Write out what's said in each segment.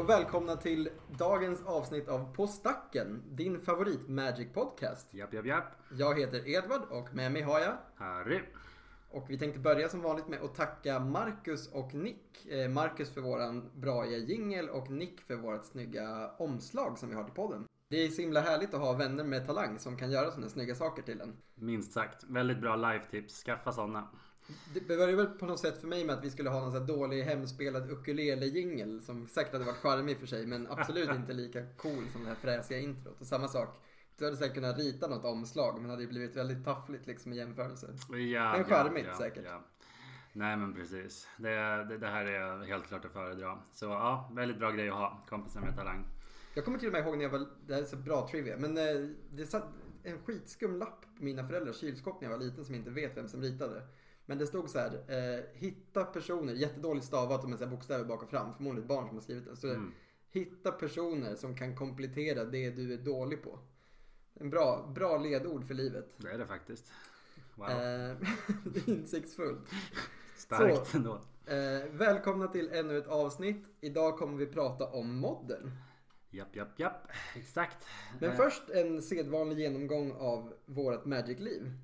Hej och välkomna till dagens avsnitt av På stacken, din favorit Magic podcast. Japp. Jag heter Edvard och med mig har jag Harry. Och vi tänkte börja som vanligt med att tacka Marcus och Nick. Marcus för våran bra jingle och Nick för vårat snygga omslag som vi har till podden. Det är så himla härligt att ha vänner med talang som kan göra sådana snygga saker till en. Minst sagt, väldigt bra live-tips. Skaffa sådana. Det började väl på något sätt för mig med att vi skulle ha någon sån här dålig hemspelad ukulele-jingle som säkert hade varit charmig för sig men absolut inte lika cool som det här fräsiga introt. Och samma sak, du hade säkert kunnat rita något omslag men hade blivit väldigt taffligt liksom i jämförelse. Men charmigt säkert. Ja. Nej men precis, det här är helt klart att föredra. Så ja, väldigt bra grej att ha, kompisar med talang. Jag kommer till och med ihåg när jag var, det här är så bra trivia, men det satt en skitskum lapp på mina föräldrars kylskåp när jag var liten som inte vet vem som ritade. Men det stod så här, hitta personer, jättedåligt stavat och med så här bokstäver bak och fram, förmodligen ett barn som har skrivit det. Så hitta personer som kan komplettera det du är dålig på. En bra ledord för livet. Det är det faktiskt. Wow. Det är insiktsfullt. Starkt så, ändå. Välkomna till ännu ett avsnitt. Idag kommer vi prata om modden. Japp. Exakt. Men först en sedvanlig genomgång av vårat Magic-liv.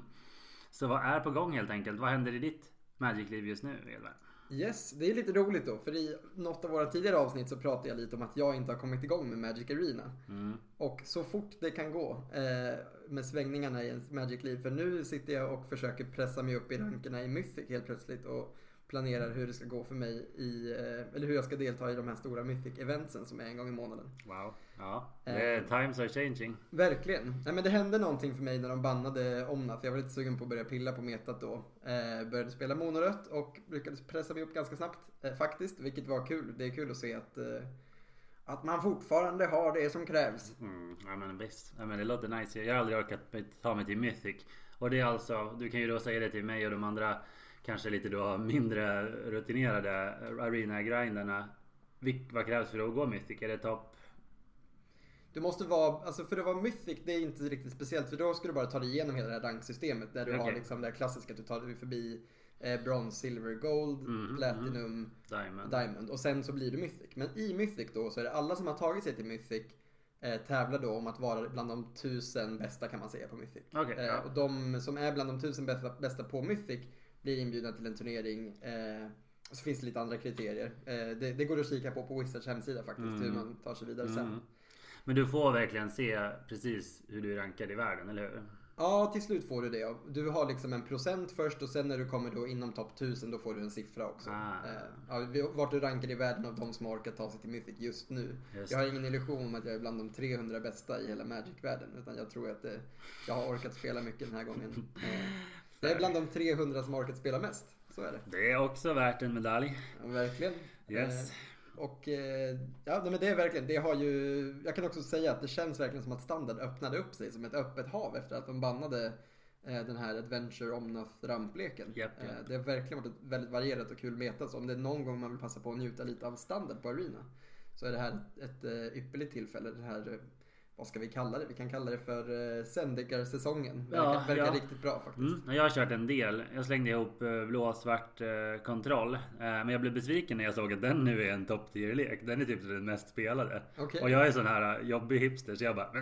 Så vad är på gång helt enkelt? Vad händer i ditt Magic-liv just nu, Edvard? Yes, det är lite roligt då. För i något av våra tidigare avsnitt så pratade jag lite om att jag inte har kommit igång med Magic Arena. Och så fort det kan gå med svängningarna i ens Magic-liv. För nu sitter jag och försöker pressa mig upp i rankerna i Mythic helt plötsligt. Och planerar hur det ska gå för mig eller hur jag ska delta i de här stora Mythic-eventsen som är en gång i månaden. Wow, ja. Times are changing. Verkligen. Nej, men det hände någonting för mig när de bannade Omnath. Jag var lite sugen på att börja pilla på metat då. Började spela monorött och lyckades pressa mig upp ganska snabbt faktiskt. Vilket var kul. Det är kul att se att man fortfarande har det som krävs. Ja men visst. Ja, men det låter nice. Jag har aldrig orkat ta mig till Mythic. Och det är alltså, du kan ju då säga det till mig och de andra kanske lite då mindre rutinerade arena-grindarna. Vad krävs för att gå Mythic? Är det topp? Du måste vara, alltså för att vara Mythic, det är inte riktigt speciellt. För då ska du bara ta dig igenom hela det här ranksystemet. Där du har liksom det här klassiska, du tar dig förbi bronze, silver, gold, platinum, diamond. Och sen så blir du Mythic. Men i Mythic då så är det alla som har tagit sig till Mythic tävlar då om att vara bland de 1000 bästa kan man säga på Mythic. Och de som är bland de 1000 bästa på Mythic blir inbjudna till en turnering. Och så finns det lite andra kriterier. Det går att kika på Wizards hemsida faktiskt. Hur man tar sig vidare sen. Men du får verkligen se precis hur du rankar i världen, eller hur? Ja, till slut får du det. Du har liksom en procent först och sen när du kommer då inom topp 1000 då får du en siffra också. Vart du rankar i världen av de som har orkat ta sig till Mythic just nu. Jag har ingen illusion om att jag är bland de 300 bästa i hela Magic-världen. Utan jag tror att jag har orkat spela mycket den här gången. Det är bland de 300 som har orkat spela mest. Så är det. Det är också värt en medalj. Ja, verkligen. Yes. Och ja, men det är verkligen, det har ju, jag kan också säga att det känns verkligen som att standard öppnade upp sig som ett öppet hav efter att de bannade den här Adventure Omnath rampleken. Yep. Det har verkligen varit ett väldigt varierat och kul meta, så om det är någon gång man vill passa på att njuta lite av standard på Arena så är det här ett ypperligt tillfälle. Det här, vad ska vi kalla det? Vi kan kalla det för Zendikar-säsongen. Verkar riktigt bra faktiskt. Jag har kört en del. Jag slängde ihop blå-svart kontroll. Men jag blev besviken när jag såg att den nu är en top 10-lek. Den är typ den mest spelade. Och jag är sån här jobbig hipster så jag bara...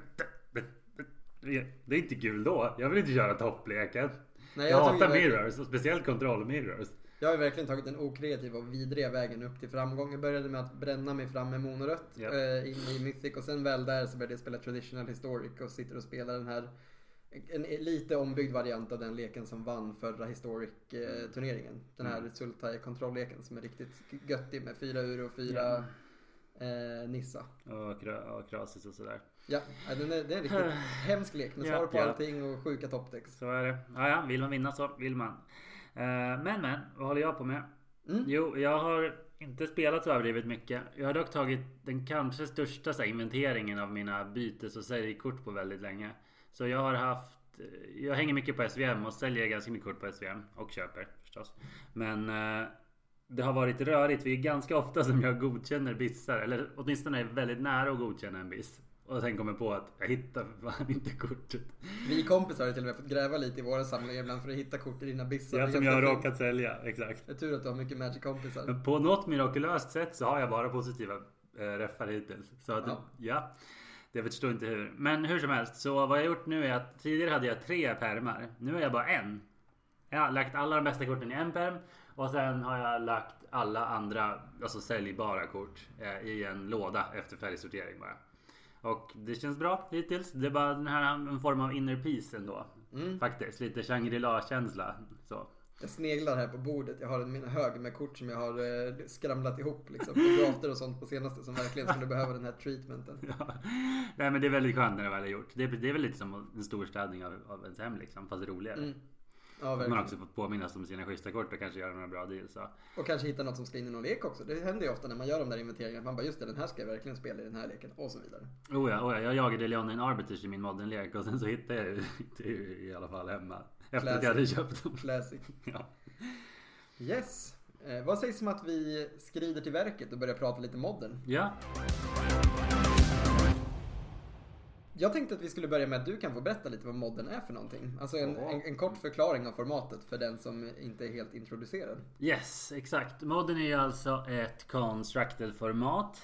Det är inte kul då. Jag vill inte köra toppleken. Jag hatar mirrors och speciellt kontroll-mirrors. Jag har verkligen tagit den okreativa och vidriga vägen upp till framgång. Jag började med att bränna mig fram med monorött in i Mythic. Och sen väl där så började jag spela Traditional Historic och sitter och spelar den här en lite ombyggd variant av den leken som vann förra Historic-turneringen. Den här Sultai kontrollleken som är riktigt göttig med 4 ur och 4 Nissa. Och Krasis och sådär. Ja, det är en riktigt hemsk lek med svar på allting och sjuka toptex. Så är det. Ja, vill man vinna så vill man. Men, vad håller jag på med? Jo, jag har inte spelat så överdrivet mycket. Jag har dock tagit den kanske största inventeringen av mina bytes- och säljkort på väldigt länge. Så jag hänger mycket på SVM och säljer ganska mycket kort på SVM och köper förstås. Men det har varit rörigt. Det är ganska ofta som jag godkänner bissar, eller åtminstone är väldigt nära att godkänna en biss. Och sen kommer på att jag hittar fan inte kortet. Vi kompisar har till och med fått gräva lite i våra samlingar ibland för att hitta kort i dina bissar. Ja, som jag har råkat sälja, exakt. Det är tur att du har mycket Magic-kompisar. Men på något mirakulöst sätt så har jag bara positiva reffar hittills. Så att, ja. Det förstår inte hur. Men hur som helst, så vad jag har gjort nu är att tidigare hade jag 3 pärmar. Nu har jag bara en. Jag har lagt alla de bästa korten i en pärm. Och sen har jag lagt alla andra, alltså säljbara kort i en låda efter färgsortering bara. Och det känns bra hittills. Det är bara den här en form av inner peace ändå. Faktiskt, lite Shangri-La-känsla. Så. Jag sneglar här på bordet. Jag har en hög med kort som jag har skramlat ihop liksom, på drafter och sånt på senaste som verkligen skulle behöva den här treatmenten. Ja. Nej, men det är väldigt skönt när det väl är gjort. Det är väl lite som en stor städning av ens hem liksom, fast roligare. Ja, man har också fått påminnas om sina schyssta kort och kanske göra några bra deals. Så. Och kanske hitta något som ska in i någon lek också. Det händer ju ofta när man gör de där inventeringarna. Man bara just det, den här ska jag verkligen spela i den här leken. Och så vidare. Oh ja. Jag jagade Leonin Arbiters i min modernlek. Och sen så hittade jag det i alla fall hemma. Efter Classic. Att jag hade köpt dem. Classic. Ja. Yes. Vad sägs om att vi skrider till verket och börjar prata lite modden? Ja. Jag tänkte att vi skulle börja med att du kan få berätta lite vad modden är för någonting. Alltså en kort förklaring av formatet för den som inte är helt introducerad. Yes, exakt. Modden är ju alltså ett constructed format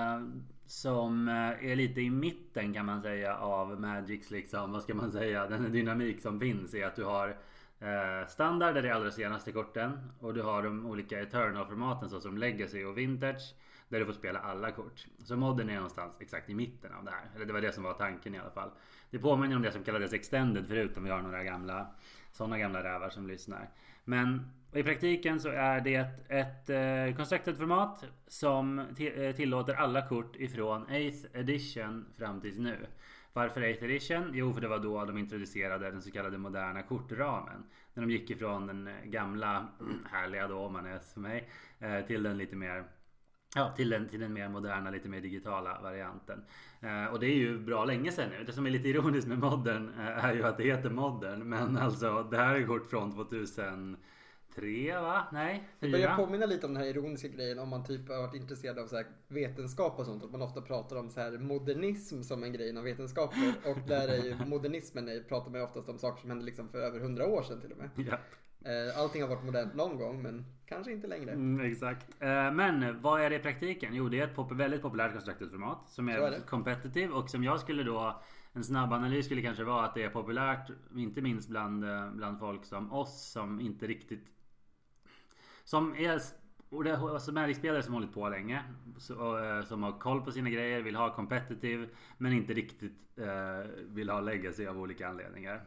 som är lite i mitten kan man säga av Magics liksom, vad ska man säga, den dynamik som finns är att du har standard, där det är allra senaste korten, och du har de olika Eternal-formaten såsom Legacy och Vintage, där du får spela alla kort. Så modden är någonstans exakt i mitten av det här. Eller det var det som var tanken i alla fall. Det påminner om det som kallades Extended förut, om vi har några sådana gamla rävar som lyssnar. Men i praktiken så är det ett constructed format som tillåter alla kort ifrån 8th edition fram tills nu. Varför 8th edition? Jo, för det var då de introducerade den så kallade moderna kortramen. När de gick ifrån den gamla, härliga då om man är som mig, till den lite mer... Ja, till den mer moderna, lite mer digitala varianten. Och det är ju bra länge sedan nu. Det som är lite ironiskt med modern är ju att det heter modern. Men alltså, det här är kort från 2003, va? Nej, 4. Det börjar påminna lite om den här ironiska grejen om man typ har varit intresserad av så här vetenskap och sånt. Att man ofta pratar om så här modernism som en grej inom vetenskaper. Och där är ju modernismen, pratar man ju oftast om saker som hände liksom för över 100 år sedan till och med. Ja. Allting har varit modernt någon gång, men kanske inte längre. Exakt. Men vad är det i praktiken? Jo, det är ett väldigt populärt constructed format som är competitive, och som jag skulle då, en snabb analys skulle kanske vara att det är populärt, inte minst bland folk som oss som inte riktigt, som är alltså Magic-spelare som hållit på länge, som har koll på sina grejer, vill ha competitive, men inte riktigt vill ha legacy av olika anledningar.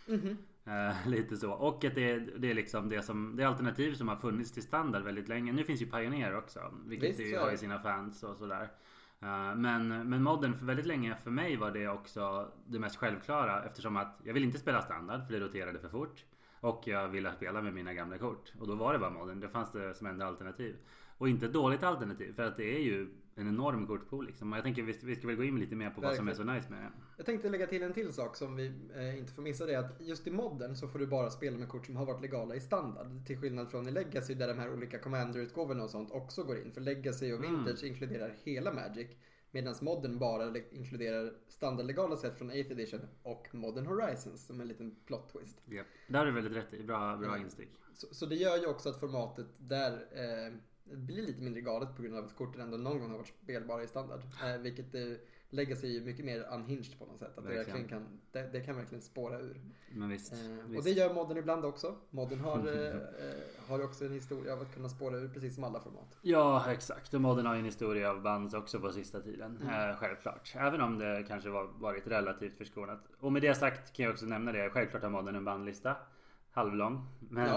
Lite så. Och att det är liksom det alternativ som har funnits till standard väldigt länge. Nu finns ju Pioneer också, vilket det har ju sina fans och sådär. Men modden för väldigt länge för mig var det också det mest självklara, eftersom att jag vill inte spela standard för det roterade för fort, och jag ville spela med mina gamla kort, och då var det bara modden. Det fanns det som enda alternativ, och inte ett dåligt alternativ, för att det är ju en enorm kortpool liksom. Jag tänker vi ska väl gå in lite mer på vad som är så nice med det. Jag tänkte lägga till en till sak som vi inte får missa, det är att just i modden så får du bara spela med kort som har varit legala i standard, till skillnad från i Legacy där de här olika Commander-utgåvorna och sånt också går in, för Legacy och Vintage inkluderar hela Magic, medan modden bara inkluderar standardlegala set från 8th edition och Modern Horizons, som en liten plot twist. Yep. Där är du väldigt rätt i, bra instick. Så det gör ju också att formatet där blir lite mindre galet på grund av att korten ändå någon gång har varit spelbara i standard. Vilket Legacy är mycket mer unhinged på något sätt. Att det kan verkligen spåra ur. Men visst. Och det gör modden ibland också. Modden har också en historia av att kunna spåra ur precis som alla format. Ja, exakt. Och modden har en historia av bands också på sista tiden. Självklart. Även om det kanske varit relativt förskonat. Och med det sagt kan jag också nämna det. Självklart har modden en bandlista. Halvlång.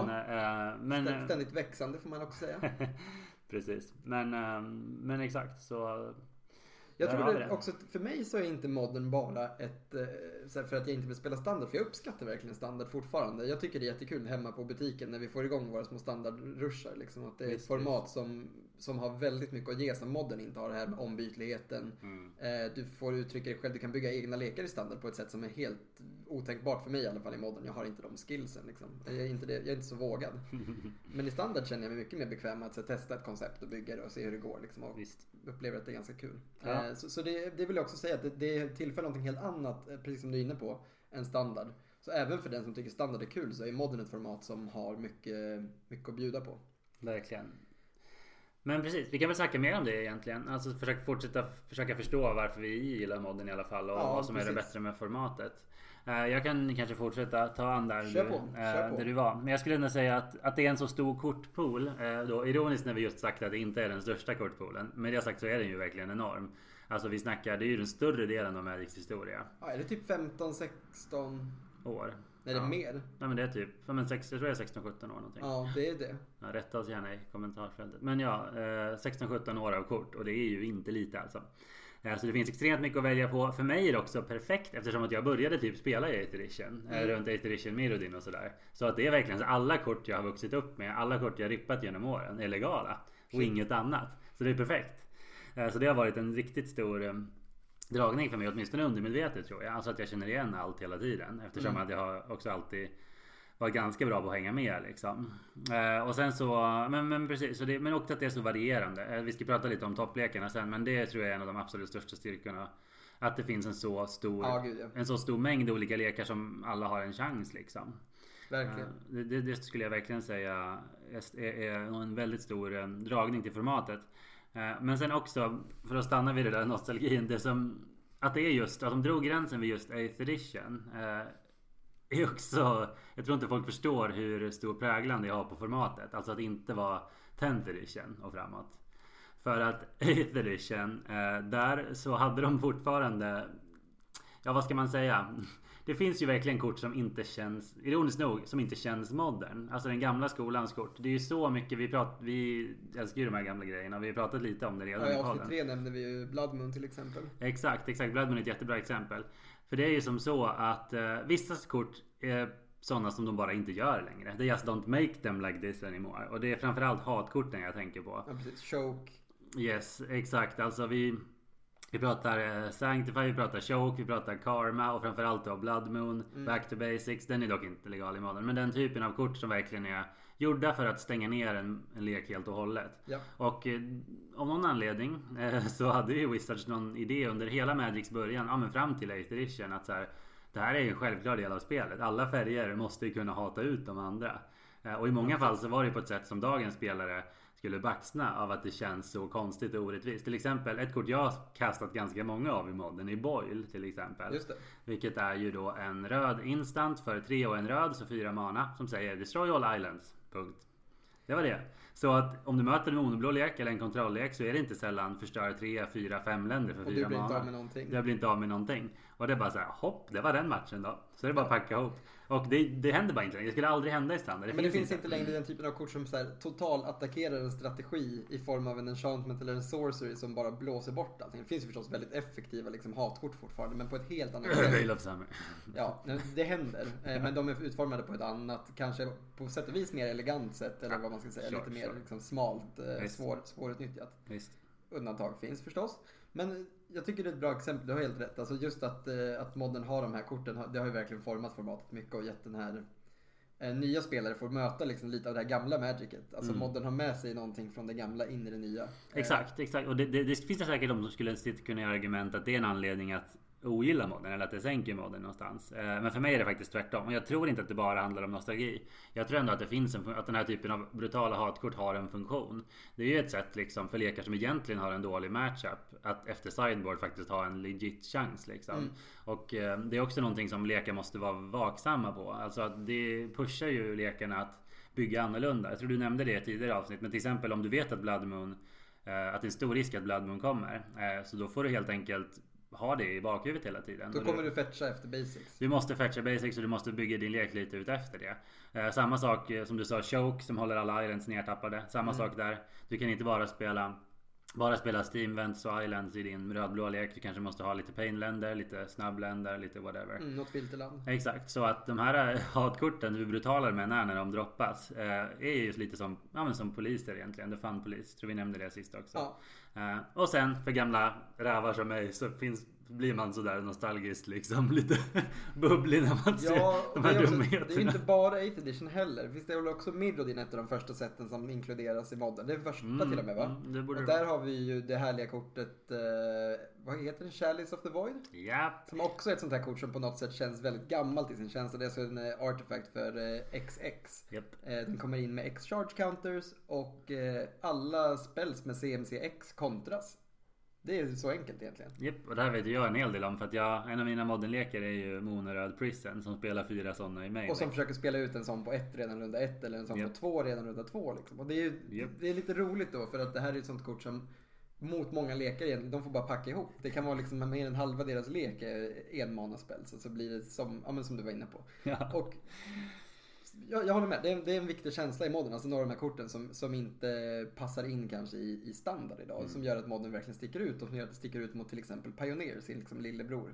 Men ständigt växande får man också säga. Precis. Men exakt så. Jag tror det också, för mig så är inte modden bara ett för att jag inte vill spela standard, för jag uppskattar verkligen standard fortfarande. Jag tycker det är jättekul hemma på butiken när vi får igång våra små standardrushar liksom, att det är ett format som har väldigt mycket att ge, som modden inte har, det här med ombytligheten. Du får uttrycka dig själv, du kan bygga egna lekar i standard på ett sätt som är helt otänkbart för mig i alla fall i modden. Jag har inte de skillsen liksom. Jag är inte så vågad. Men i standard känner jag mig mycket mer bekväm att testa ett koncept och bygga det och se hur det går liksom, och upplever att det är ganska kul. Ja. Så det vill jag också säga att det tillför någonting helt annat, precis som du är inne på, än standard. Så även för den som tycker standard är kul så är modden ett format som har mycket att bjuda på. Verkligen. Men precis, vi kan väl snacka mer om det egentligen. Alltså försöka förstå varför vi gillar modden i alla fall. Och vad som är det bättre med formatet. Jag kan kanske fortsätta ta an där där du var. Men jag skulle ändå säga att det är en så stor kortpool. Då, ironiskt när vi just sagt att det inte är den största kortpoolen. Men det jag sagt så är den ju verkligen enorm. Alltså vi snackar, det är ju den större delen av Magics historia. Ja, är det typ 15-16 år? Nej, det är mer. Nej, men det är typ, jag tror det är 16-17 år någonting. Ja, det är det. Ja, rätta oss gärna i kommentarsfältet. Men ja, 16-17 år av kort. Och det är ju inte lite alltså. Så det finns extremt mycket att välja på. För mig är det också perfekt eftersom att jag började typ spela i 8th edition. Runt 8th edition Mirrodin och sådär. Så att det är verkligen så alla kort jag har vuxit upp med, alla kort jag rippat genom åren är legala. Och inget annat. Så det är perfekt. Så det har varit en riktigt stor dragning för mig, åtminstone undermedvetet tror jag. Alltså att jag känner igen allt hela tiden. Eftersom att jag har också alltid varit ganska bra på att hänga med liksom. Och sen så, men precis, så det, men också att det är så varierande. Vi ska prata lite om topplekarna sen, men det tror jag är en av de absolut största styrkorna. Att det finns en så stor mängd olika lekar som alla har en chans liksom. Verkligen. Det skulle jag verkligen säga är en väldigt stor dragning till formatet. Men sen också, för att stanna vid det där nostalgin, det som att det är just att de drog gränsen vid just 8th edition är också, jag tror inte folk förstår hur stor präglan det har på formatet. Alltså att inte vara 10th edition och framåt. För att 8th edition där så hade de fortfarande, ja vad ska man säga, det finns ju verkligen kort som inte känns, ironiskt nog, som inte känns modern. Alltså den gamla skolans kort. Det är ju så mycket vi älskar ju de här gamla grejerna. Vi har pratat lite om det redan. Ja, i avsnitt 3 nämnde vi ju Blood Moon till exempel. Exakt. Blood Moon är ett jättebra exempel. För det är ju som så att vissa kort är sådana som de bara inte gör längre. They just don't make them like this anymore. Och det är framförallt hatkorten jag tänker på. Ja, precis. Choke. Yes, exakt. Alltså vi pratar Sanctify, vi pratar Choke, vi pratar Karma och framförallt då Blood Moon, Back to Basics. Den är dock inte legal i modern. Men den typen av kort som verkligen är gjorda för att stänga ner en lek helt och hållet. Ja. Och av någon anledning så hade ju Wizards någon idé under hela Magics början, ja men fram till 8th edition, att så här, det här är ju en självklar del av spelet. Alla färger måste ju kunna hata ut de andra. Och i många fall så var det på ett sätt som dagens spelare skulle baxna av att det känns så konstigt och orättvist. Till exempel ett kort jag har kastat ganska många av i modden är Boil till exempel. Just det. Vilket är ju då en röd instant för 3 och en röd, så 4 mana, som säger Destroy all islands. Punkt. Det var det. Så att om du möter en monoblå lek eller en kontrolllek så är det inte sällan förstör 3, 4, 5 länder för 4 mana. Och du blir inte av med någonting. Jag blir inte av med någonting. Och det är bara så här, hopp, det var den matchen då. Så det är bara att packa ihop. Och det händer bara inte längre. Det skulle aldrig hända i standard. Men det finns inte längre den typen av kort som så här, total attackerar en strategi i form av en enchantment eller en sorcery som bara blåser bort allting. Det finns ju förstås väldigt effektiva liksom, hatkort fortfarande, men på ett helt annat sätt. Veil of Summer. Ja, det händer. Men de är utformade på ett annat, kanske på sätt och vis mer elegant sätt, eller vad man ska säga, lite mer liksom, smalt, svårutnyttjat. Visst. Undantag finns förstås. Men jag tycker det är ett bra exempel, du har helt rätt. Alltså just att modden har de här korten, det har ju verkligen format formatet mycket och gett den här nya spelare får möta liksom lite av det här gamla Magicet. Alltså modden har med sig någonting från det gamla in i det nya. Exakt. Och det finns det säkert de som skulle kunna göra argument att det är en anledning att ogilla modden eller att det sänker modden någonstans. Men för mig är det faktiskt tvärtom. Och jag tror inte att det bara handlar om nostalgi. Jag tror ändå att det finns att den här typen av brutala hatkort har en funktion. Det är ju ett sätt liksom för lekar som egentligen har en dålig matchup att efter sideboard faktiskt ha en legit chans liksom. Och det är också någonting som lekar måste vara vaksamma på. Alltså att det pushar ju lekarna att bygga annorlunda. Jag tror du nämnde det i ett tidigare avsnitt. Men till exempel om du vet att Blood Moon, att det är en stor risk att Blood Moon kommer, så då får du helt enkelt ha det i bakhuvudet hela tiden. Då kommer du fetcha efter basics. Du måste fetcha basics och du måste bygga din lek lite ut efter det. Samma sak som du sa, Choke som håller alla islands nertappade. Samma sak där. Du kan inte bara spela Steam Vents och Islands i din rödblå lek. Du kanske måste ha lite painländer, lite snabbländer, lite whatever. Något filterland. Exakt, så att de här hatkorten du brutalar med när de droppas är ju lite som poliser egentligen. The Fun Police, tror vi nämnde det sist också. Ja. Och sen för gamla rävar som mig så finns blir man sådär nostalgiskt liksom. Lite bubblig när man ser de här dumheterna. Det är inte bara 8th edition heller. Det finns väl också Mirrodin, ett av de första sätten som inkluderas i modden. Det är första till och med, va? Och där har vi ju det härliga kortet, vad heter det? Chalice of the Void? Ja. Som också är ett sånt här kort som på något sätt känns väldigt gammalt i sin känsla. Det är så en artefakt för XX. Den kommer in med X-charge counters och alla spells med CMCX kontras. Det är så enkelt egentligen. Och det här vet jag en hel del om, för att en av mina moddenlekar är ju Monoröd Prison som spelar 4 sådana i mig. Och som försöker spela ut en sån på 1 redan runda 1 eller en sån på 2 redan runda 2 liksom. Och det är ju det är lite roligt då, för att det här är ett sånt kort som mot många lekar egentligen, de får bara packa ihop. Det kan vara liksom mer än halva deras lek en mana-spel, så blir det som du var inne på. Ja. Och jag håller med, det är en viktig känsla i modden. Alltså några av de här korten som inte passar in kanske i standard idag. Som gör att modden verkligen sticker ut. Och som gör att det sticker ut mot till exempel Pioneer, sin liksom lillebror.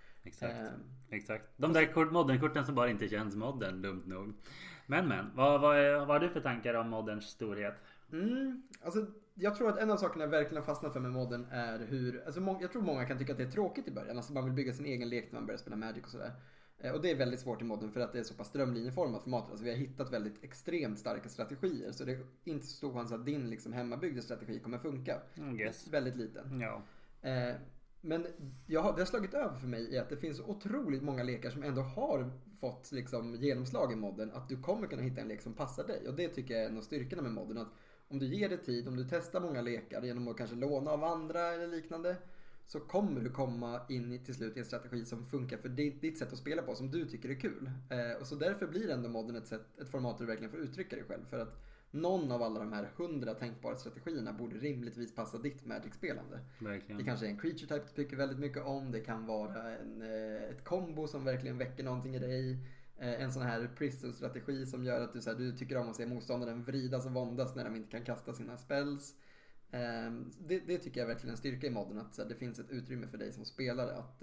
Exakt. De där moddenkorten som bara inte känns modden, dumt nog. Men vad har du för tankar om moddens storhet? Alltså jag tror att en av sakerna jag verkligen har fastnat för med modden är hur, alltså jag tror många kan tycka att det är tråkigt i början. Alltså man vill bygga sin egen lek när man börjar spela Magic och sådär. Och det är väldigt svårt i modden för att det är så pass strömlinjeformat format. Alltså vi har hittat väldigt extremt starka strategier. Så det är inte så stor chans att din liksom hemmabyggda strategi kommer funka. Väldigt liten. Ja. Men det har slagit över för mig i att det finns otroligt många lekar som ändå har fått liksom genomslag i modden. Att du kommer kunna hitta en lek som passar dig. Och det tycker jag är en av styrkorna med modden. Att om du ger det tid, om du testar många lekar genom att kanske låna av andra eller liknande, så kommer du komma in till slut i en strategi som funkar för ditt sätt att spela på, som du tycker är kul. Och så därför blir ändå modden ett format där du verkligen får uttrycka dig själv. För att någon av alla de här 100 tänkbara strategierna borde rimligtvis passa ditt Magic-spelande. Verkligen. Det kanske är en creature type du tycker väldigt mycket om. Det kan vara ett kombo som verkligen väcker någonting i dig. En sån här prison-strategi som gör att du tycker om att se motståndaren vridas och våndas när de inte kan kasta sina spells. Det tycker jag verkligen är en styrka i modden, att det finns ett utrymme för dig som spelare att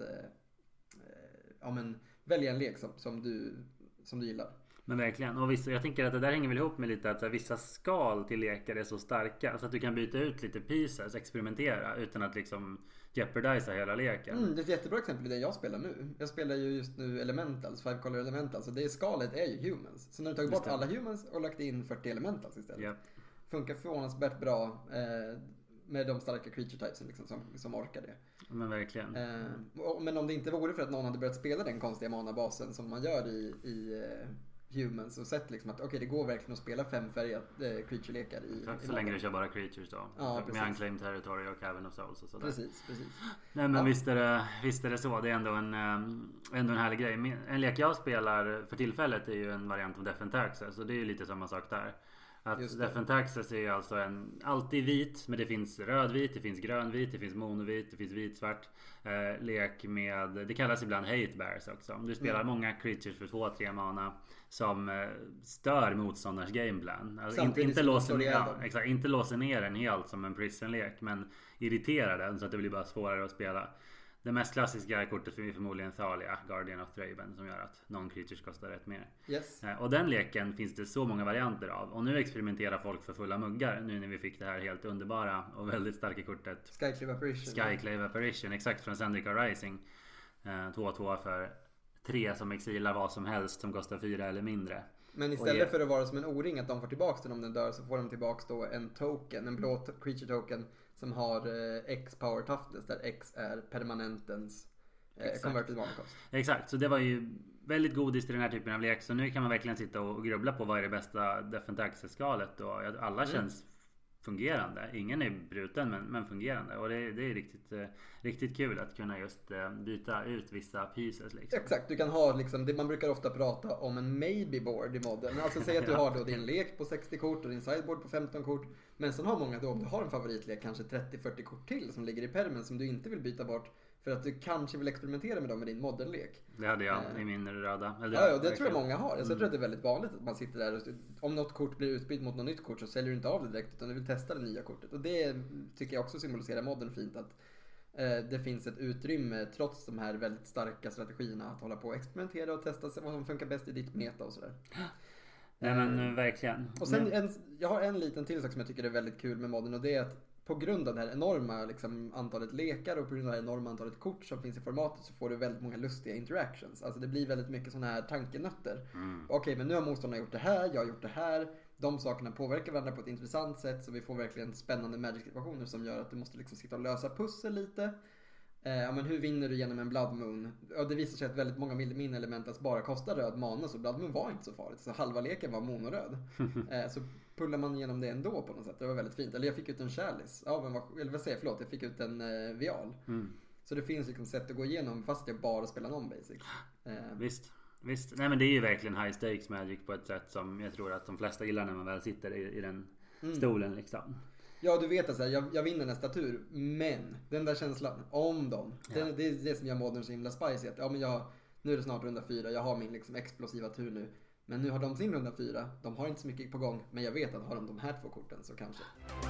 välja en lek som du gillar. Men verkligen, och jag tänker att det där hänger väl ihop med lite att vissa skal till lekar är så starka så att du kan byta ut lite pieces, experimentera utan att liksom jeopardisa hela leken. Det är ett jättebra exempel i det jag spelar nu. Jag spelar ju just nu Elementals, 5 color Elementals, och det skalet är ju humans. Så när du tagit bort alla humans och lagt in 40 Elementals istället. Funkar förvånansvärt bra med de starka creature typesen liksom, som orkar det. Men verkligen. Men om det inte vore för att någon hade börjat spela den konstiga mana-basen som man gör i humans och sett liksom att det går verkligen att spela 5-färgat creature-lekar i så länge du kör bara creatures då. Ja, med Unclaimed Territory och Cavern of Souls och sådär. Precis. Nej, men visst är det så. Det är ändå en härlig grej. En lek jag spelar för tillfället är ju en variant av Death and Taxes, så det är ju lite samma sak där. Att Death and Taxes är ju alltså alltid vit, men det finns rödvit, det finns grönvit, det finns monovit, det finns vitsvart lek med, det kallas ibland hate bears också. Du spelar många creatures för 2-3 mana som stör motståndars gameplan. Alltså inte låser ner den helt som en prison-lek, men irriterar den så att det blir bara svårare att spela. Det mest klassiska kortet är förmodligen Thalia, Guardian of Thraben, som gör att non-creatures kostar rätt mer. Yes. Och den leken finns det så många varianter av. Och nu experimenterar folk för fulla muggar, nu när vi fick det här helt underbara och väldigt starka kortet Skyclave Apparition, exakt, från Zendikar Rising. 2/2 för 3 som exilar vad som helst som kostar 4 eller mindre. Men istället för att vara som en O-ring att de får tillbaka den om den dör, så får de tillbaka då en token, en blå creature token som har X power toughness, där X är permanentens converted mana cost. Exakt, så det var ju väldigt godis i den här typen av lek. Så nu kan man verkligen sitta och grubbla på vad är det bästa Death and Taxes-skalet, och alla känns fungerande. Ingen är bruten men fungerande, och det är riktigt kul att kunna just byta ut vissa pieces liksom. Exakt, du kan ha liksom, man brukar ofta prata om en maybe board i modden. Alltså säg att du har då din lek på 60 kort och din sideboard på 15 kort, men sen har många då, om du har en favoritlek, kanske 30-40 kort till som ligger i permen som du inte vill byta bort för att du kanske vill experimentera med dem med din modernlek. Det hade jag i min röda. Ja, det tror jag många har. Jag tror att det är väldigt vanligt att man sitter där och om något kort blir utbytt mot något nytt kort så säljer du inte av det direkt, utan du vill testa det nya kortet. Och det tycker jag också symboliserar modern fint, att det finns ett utrymme trots de här väldigt starka strategierna att hålla på och experimentera och testa vad som funkar bäst i ditt meta och sådär. Nej, men verkligen. Och sen jag har en liten till sak som jag tycker är väldigt kul med modern, och det är att på grund av det här enorma liksom, antalet lekar och på grund av det här enorma antalet kort som finns i formatet så får du väldigt många lustiga interactions. Alltså det blir väldigt mycket sådana här tankenötter. Okej, men nu har motståndarna gjort det här, jag har gjort det här. De sakerna påverkar varandra på ett intressant sätt så vi får verkligen spännande Magic-situationer som gör att du måste liksom sitta och lösa pussel lite. Ja, men hur vinner du genom en Blood Moon? Och det visar sig att väldigt många min elementals bara kostar röd mana så Blood Moon var inte så farligt. Så halva leken var monoröd. Så pullar man igenom det ändå på något sätt. Det var väldigt fint. Eller jag fick ut en Chalice. Ja, men eller vad säger jag? Förlåt, jag fick ut en Vial. Så det finns liksom sätt att gå igenom fast jag bara spelar non-basic. Visst. Nej men det är ju verkligen high stakes Magic på ett sätt som jag tror att de flesta gillar när man väl sitter i den stolen liksom. Ja, du vet att så här, jag vinner nästa tur, men den där känslan om dem, det är det som gör Modern så himla spicy. Att, ja, men nu är det snart runda 4, jag har min liksom explosiva tur nu. Men nu har de sin runda 4, de har inte så mycket på gång, men jag vet att har de här 2 korten så kanske.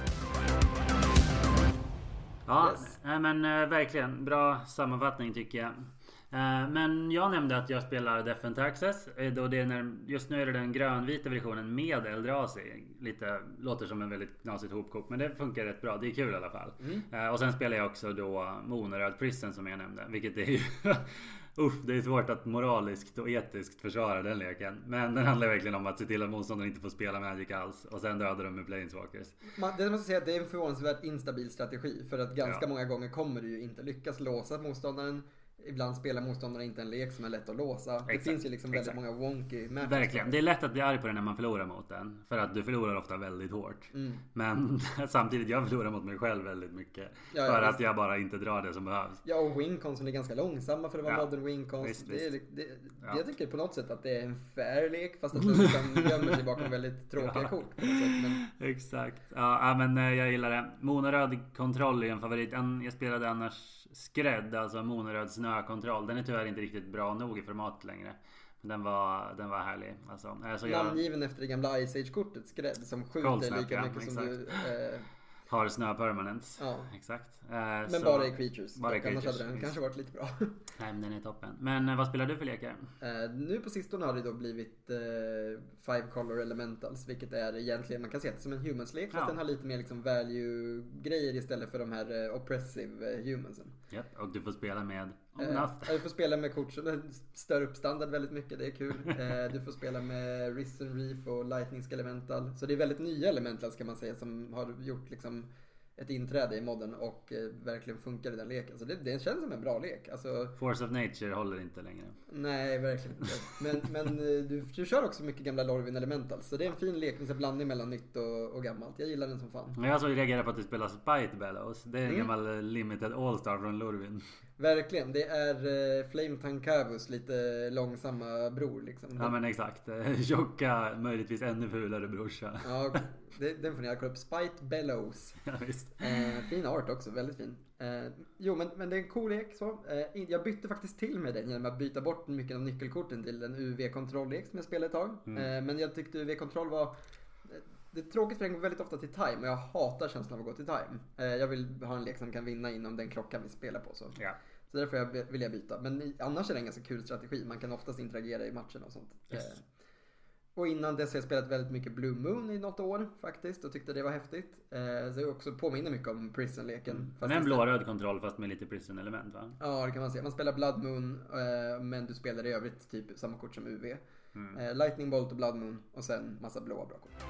Ja, yes. Men verkligen bra sammanfattning tycker jag. Men jag nämnde att jag spelar Defend Access. Då det är just nu är det den grönvita versionen med Eldrazi. Lite låter som en väldigt knasigt hopkok, men det funkar rätt bra. Det är kul i alla fall. Och sen spelar jag också då Monoröd Prison som jag nämnde, vilket är ju det är svårt att moraliskt och etiskt försvara den leken. Men den handlar verkligen om att se till att motståndaren inte får spela Magic alls. Och sen dödar de med Planeswalkers. Det måste säga att det är en förvånansvärt instabil strategi. För att ganska många gånger kommer du ju inte lyckas låsa motståndaren. Ibland spelar motståndare inte en lek som är lätt att låsa. Det finns ju liksom väldigt många wonky matches. Verkligen. Det är lätt att bli arg på den när man förlorar mot den. För att du förlorar ofta väldigt hårt. Men samtidigt, jag förlorar mot mig själv väldigt mycket. För att jag bara inte drar det som behövs. Ja, och winconsen är ganska långsamma för att vara modern wincons. Jag tycker på något sätt att det är en fair lek. Fast att det liksom gömmer sig bakom väldigt tråkiga kort. På något sätt, men... Exakt. Ja, men jag gillar det. Monoröd kontroll är en favorit. Jag spelade annars skrädd, alltså monoröd snökontroll. Den är tyvärr inte riktigt bra nog i format längre. Men den var härlig. Alltså namngiven efter det gamla Ice Age-kortet skrädd som skjuter lika mycket som du har snö permanence. Ja. Exakt. Men bara i creatures. Annars hade den kanske varit lite bra. Nej, men den är toppen. Men vad spelar du för lekar? Nu på sistone har det då blivit 5 color elementals, vilket är egentligen, man kan se det som en humans-lek, fast den har lite mer liksom value-grejer istället för de här oppressive humansen. Ja, och du får spela med du får spela med kort som stör upp standard väldigt mycket, det är kul. Du får spela med Risen Reef och Lightning Elemental. Så det är väldigt nya elementals kan man säga som har gjort liksom ett inträde i modden och verkligen funkar i den leken. Så det känns som en bra lek. Alltså, Force of Nature håller inte längre. Nej, verkligen inte. Men du kör också mycket gamla Lorwyn Elementals. Så det är en fin lek med en blandning mellan nytt och gammalt. Jag gillar den som fan. Men jag så reagerar på att du spelar Spite Bellows. Det är en gammal limited all-star från Lorwyn. Verkligen, det är Flame Tankavus lite långsamma bror liksom. Ja men exakt, tjocka, möjligtvis ännu fulare brorsa. Ja, den får ni kolla upp. Spite Bellows. Ja, visst. Fin art också, väldigt fin. Jo men det är en cool lek så. Jag bytte faktiskt till med den genom att byta bort mycket av nyckelkorten till en UV-kontroll-lek som jag spelade ett tag. Men jag tyckte UV-kontroll var... Det är tråkigt för den går väldigt ofta till time och jag hatar känslan av att gå till time. Jag vill ha en lek som kan vinna inom den klockan vi spelar på så. Ja. Så därför vill jag byta. Men annars är det en ganska kul strategi. Man kan oftast interagera i matchen och sånt. Yes. Och innan dess har jag spelat väldigt mycket Blue Moon i något år faktiskt. Och tyckte det var häftigt. Så jag också påminner mycket om Prison-leken. Men en blå-röd kontroll fast med lite Prison-element va? Ja det kan man säga. Man spelar Blood Moon men du spelar i övrigt typ samma kort som UV. Lightning Bolt och Blood Moon. Och sen massa blåa bra kort.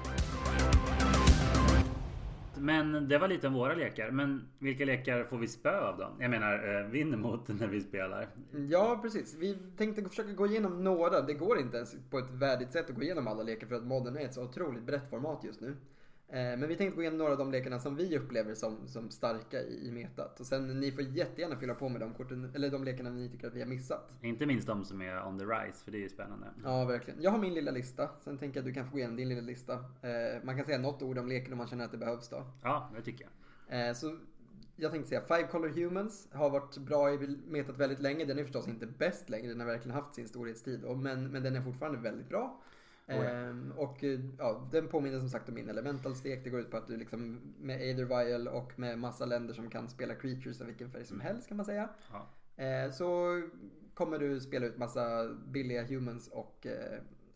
Men det var lite om våra lekar. Men vilka lekar får vi spö av då? Jag menar vinner mot när vi spelar. Ja precis. Vi tänkte försöka gå igenom några. Det går inte ens på ett värdigt sätt att gå igenom alla lekar. För att modern är ett så otroligt brett format just nu. Men vi tänkte gå igenom några av de lekarna som vi upplever som starka i metat. Och sen ni får jättegärna fylla på med de korten, eller de lekarna ni tycker att vi har missat. Inte minst de som är on the rise, för det är ju spännande. Ja, verkligen. Jag har min lilla lista. Sen tänker jag att du kan få gå igenom din lilla lista. Man kan säga något ord om leken om man känner att det behövs då. Ja, det tycker jag. Så jag tänkte säga 5 Color Humans har varit bra i metat väldigt länge. Den är förstås inte bäst längre. Den har verkligen haft sin storhetstid. Men den är fortfarande väldigt bra. Och ja, den påminner som sagt om min elemental-stek. Det går ut på att du liksom med Aether Vial och med massa länder som kan spela creatures av vilken färg som helst kan man säga. Så kommer du spela ut massa billiga humans och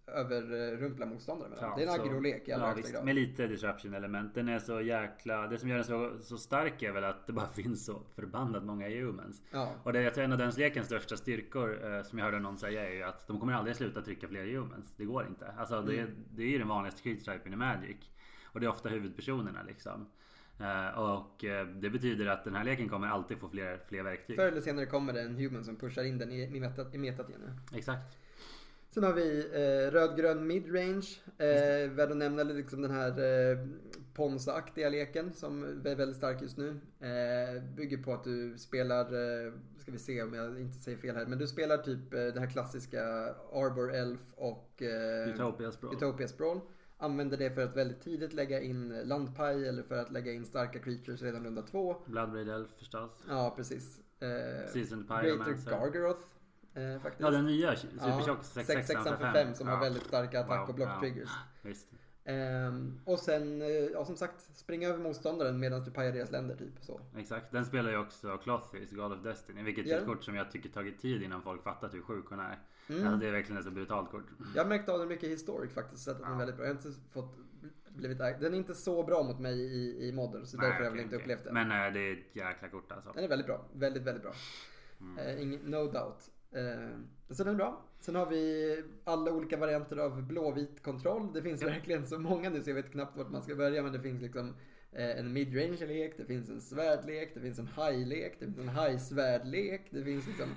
överrumpla motståndare med den. Det är en aggrolek i allra högsta grad. Med lite disruption element. Den är så jäkla... Det som gör den så stark är väl att det bara finns så förbannat många humans. Ja. Och det är en av dens lekens största styrkor som jag hörde någon säga är ju att de kommer aldrig sluta trycka fler humans. Det går inte. Alltså det är ju den vanligaste creature-typen i Magic. Och det är ofta huvudpersonerna liksom. Och det betyder att den här leken kommer alltid få fler verktyg. Förr eller senare kommer det en human som pushar in den i metat igen. Exakt. Sen har vi rödgrön midrange. Värd att nämna liksom den här Ponza-aktiga leken som är väldigt stark just nu. Bygger på att du spelar, ska vi se om jag inte säger fel här, men du spelar typ det här klassiska Arbor Elf och Utopia Sprawl. Använder det för att väldigt tidigt lägga in landpaj eller för att lägga in starka creatures redan runda 2. Bloodbraid Elf förstås. Ja, precis. Seasoned Greater Gargaroth. Faktiskt. Ja, den nya Superchock 6 för 5 som har väldigt starka attack- och block-triggers. Visst. Och sen, som sagt, springa över motståndaren medan du pajar deras länder typ så. Exakt, den spelar ju också Clothys, God of Destiny. Vilket är ett kort som jag tycker tagit tid innan folk fattat hur sjuk hon är. Alltså, det är verkligen ett så brutalt kort. Jag har märkt av den mycket historic faktiskt, så att den är väldigt bra. Jag har inte blivit den är inte så bra mot mig i modern, så därför har jag väl inte upplevt den. Men det är ett jäkla kort alltså. Den är väldigt bra, väldigt, väldigt bra. No doubt. Så den är bra. Sen har vi alla olika varianter av blåvit kontroll. Det finns verkligen så många nu så jag vet knappt vart man ska börja. Men det finns liksom en midrange-lek, det finns en svärdlek, det finns en high-lek, det finns en high-svärdlek. Det finns liksom...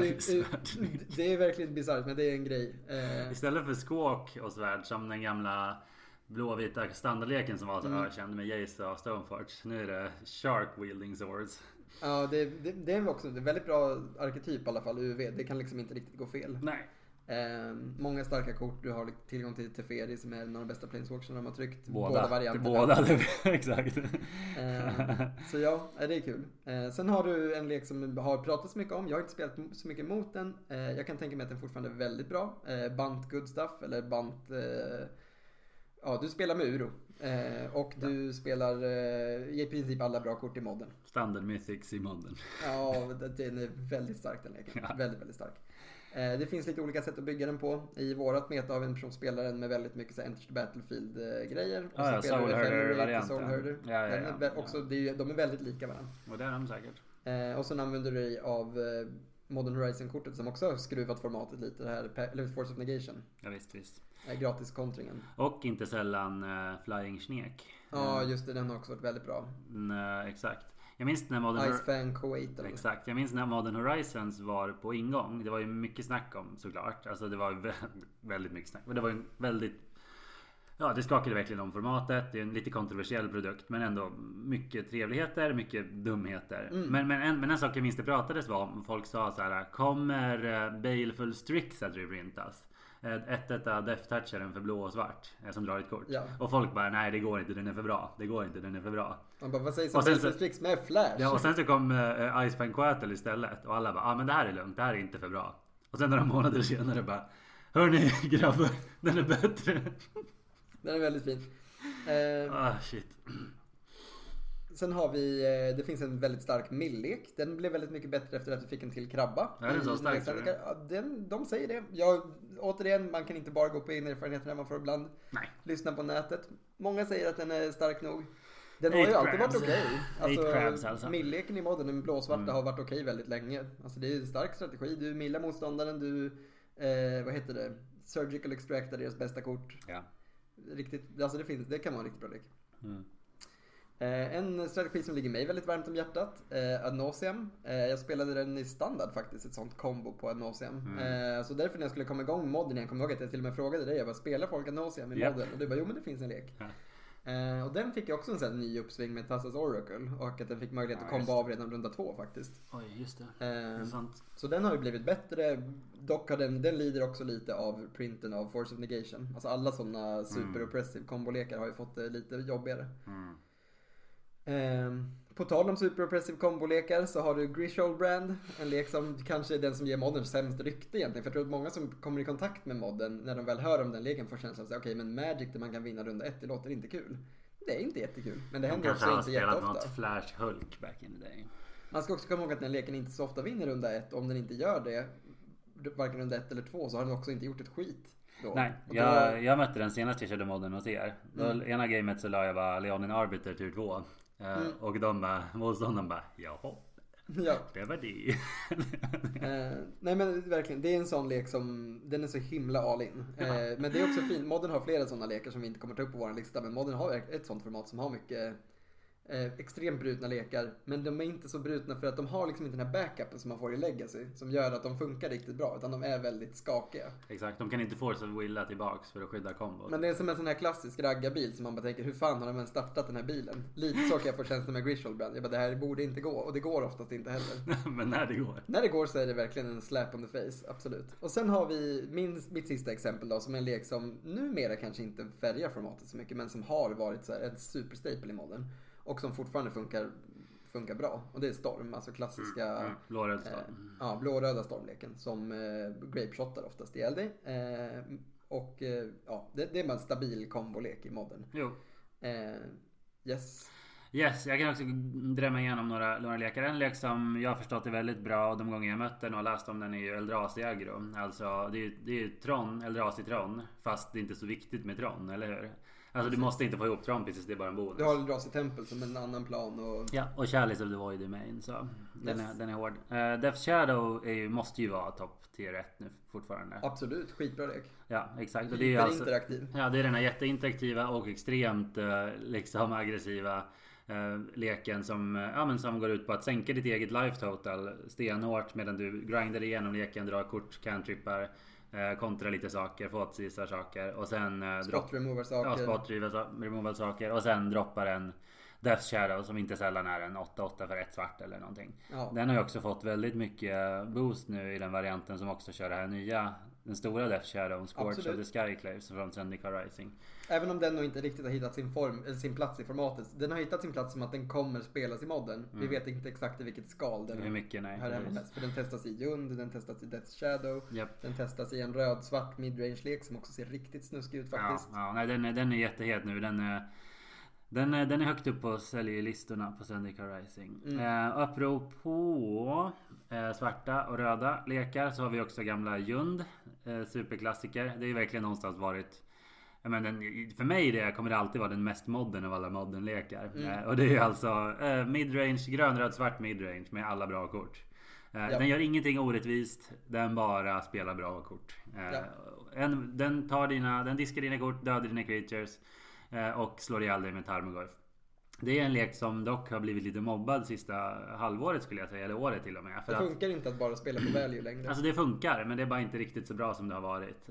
det är verkligen bizarrt, men det är en grej. Istället för skåk och svärd som den gamla blåvita standardleken som var så ökänd med Jace och Stoneforge. Nu är det Shark Wielding Swords. Ja, det är också en väldigt bra arketyp i alla fall, UV. Det kan liksom inte riktigt gå fel. Nej. Många starka kort. Du har tillgång till Teferi som är en av de bästa planeswalkers de har tryckt. Båda varianterna. Båda, exakt. Så ja, det är kul. Sen har du en lek som har pratats så mycket om. Jag har inte spelat så mycket mot den. Jag kan tänka mig att den fortfarande är väldigt bra. Bant good stuff. Eller bant... Ja, du spelar med Uro. Och du spelar i princip alla bra kort i modden. Standard Mythics i modden. Ja, den är väldigt stark den leken. Ja. Väldigt, väldigt stark. Det finns lite olika sätt att bygga den på. I vårat meta har vi en person som spelar den med väldigt mycket så Enter the Battlefield-grejer. Och så spelar du Soulherder-varianten. De är väldigt lika varandra. Och det är de säkert. Och sen använder du dig av Modern Horizon-kortet som också har skruvat formatet lite. Det här Force of Negation. Ja, visst. Gratis kontringen. Och inte sällan Flying Snek. Ja, just det. Den har också varit väldigt bra. Exakt. Jag minns när Jag minns när Modern Horizons var på ingång. Det var ju mycket snack om såklart. Alltså det var väldigt mycket snack. Men det var ju väldigt... Ja, det skakade verkligen om formatet. Det är en lite kontroversiell produkt. Men ändå mycket trevligheter, mycket dumheter. Men en sak jag minns det pratades om. Folk sa så här: kommer Baleful Strix att reprintas? Ett av Death Toucheren för blå och svart som drar ett kort. Ja. Och folk bara, nej det går inte, den är för bra. Den är för bra. Man bara, vad sägs om Baleful Strix med Flash? Ja, och sen så kom Icefang Quattle istället. Och alla bara, men det här är lugnt, det här är inte för bra. Och sen några månader senare bara, hörni grabbar, den är bättre. Den är väldigt fin. Shit. Sen har vi, det finns en väldigt stark millek. Den blev väldigt mycket bättre efter att vi fick en till krabba. Ja, den är så stark. De säger det. Återigen, man kan inte bara gå på egna erfarenheter, man får ibland lyssna på nätet. Många säger att den är stark nog. Den har ju alltid varit okej. Alltså. Milleken i modden, den blåsvarta, har varit okej väldigt länge. Alltså det är en stark strategi. Du millar motståndaren, du, vad heter det? Surgical Extract är deras bästa kort. Ja. Riktigt, alltså det kan vara en riktigt bra lek. En strategi som ligger mig väldigt varmt om hjärtat, Ad Nauseam. Jag spelade den i standard faktiskt, ett sånt combo på Ad Nauseam. Så därför när jag skulle komma igång med modden, jag kommer ihåg att jag till och med frågade dig, jag bara, spelar folk Ad Nauseam i modden? Och du bara, jo men det finns en lek. Och den fick jag också en sån ny uppsving med Tassas Oracle. Och att den fick möjlighet att komma av redan runda 2 faktiskt. Oj, just det. Det är sant. Så den har ju blivit bättre. Dock har den lider också lite av printen av Force of Negation. Alltså alla sådana super oppressive kombolekar har ju fått det lite jobbigare. På tal om super oppressive kombolekar så har du Grishold Brand, en lek som kanske är den som ger modden sämst rykte egentligen. För jag tror att många som kommer i kontakt med modden, när de väl hör om den leken, får känslan att säga, okej, men Magic där man kan vinna runda 1, det låter inte kul. Det är inte jättekul, men det händer också inte jätteofta. De kanske har spelat något Flash Hulk back in the day. Man ska också komma ihåg att den leken inte så ofta vinner runda 1. Om den inte gör det, varken runda 1 eller 2, så har den också inte gjort ett skit. då. Nej, jag mötte den senaste jag körde modden hos er. Ena gamet så la jag bara Leonin Arbiter tur 2. Och de bara, motståndaren bara, jaha. Ja. Det var det. Nej men verkligen, det är en sån lek som den är så himla all in. Men det är också fint. Modden har flera sådana lekar som vi inte kommer ta upp på vår lista. Men modden har ett sånt format som har mycket extremt brutna lekar. Men de är inte så brutna för att de har liksom inte den här backupen som man får i Legacy, som gör att de funkar riktigt bra, utan de är väldigt skakiga. Exakt, de kan inte force Willa tillbaks för att skydda kombo. Men det är som en sån här klassisk raggarbil som man bara tänker, hur fan har de ens startat den här bilen? Lite så kan jag få känslan med Grishol Brand. Jag bara, det här borde inte gå, och det går oftast inte heller. Men när det går. När det går så är det verkligen en slap on the face, absolut. Och sen har vi mitt sista exempel då, som är en lek som numera kanske inte färgar formatet så mycket, men som har varit så här ett superstaple i modden. Och som fortfarande funkar bra. Och det är Storm, alltså klassiska blåröd storm. Blåröda stormleken som grape-shotar oftast ihjäl dig. Det är bara en stabil kombolek i modden. Jo. Yes. Yes, jag kan också drämma igenom några lekar. En lek som jag har förstått är väldigt bra, och de gånger jag mött den och har läst om den är ju Eldrazi aggro. Alltså det är Tron, Eldrazi Tron, fast det är inte så viktigt med Tron, eller hur? Alltså du måste inte få ihop Tron precis, det är bara en bonus. Du har Eldrazi Tempel som en annan plan och... Ja, och Chalice of the Void i main, så den är hård. Death Shadow måste ju vara topp tier 1 nu fortfarande. Absolut, skitbra lek. Ja, exakt. Och det är alltså, interaktiv. Ja, det är den här jätteinteraktiva och extremt liksom aggressiva leken som går ut på att sänka ditt eget life total stenhårt medan du grindar igenom leken, drar kort, cantrippar, kontra lite saker, fåtsisar saker och sen spot removal saker och sen droppar en Death Shadow som inte sällan är en 8-8 för ett svart eller någonting. Ja. Den har ju också fått väldigt mycket boost nu i den varianten som också kör det här nya, den stora Death Shadow, Scorch of the Skyclaves från Zendikar Rising. Även om den nog inte riktigt har hittat sin plats i formatet. Den har hittat sin plats som att den kommer spelas i modden. Vi vet inte exakt i vilket skal den hör hemma mest. För den testas i Jund, den testas i Death Shadow. Den testas i en röd-svart midrange-lek som också ser riktigt snuskig ut faktiskt. Nej, den är jättehet nu. Den är högt upp på säljlistorna på Zendikar Rising. Upprop på svarta och röda lekar så har vi också gamla Jund, superklassiker. Det är ju verkligen någonstans varit, för mig kommer det alltid vara den mest modden av alla modden-lekar. Och det är alltså midrange, grön, röd, svart midrange med alla bra kort. Den gör ingenting orättvist, den bara spelar bra kort. Den diskar dina kort, dödar dina creatures och slår ihjäl dig med Tarmogoyf. Det är en lek som dock har blivit lite mobbad sista halvåret skulle jag säga, eller året till och med. Det funkar inte att bara spela på value längre. Alltså det funkar, men det är bara inte riktigt så bra som det har varit.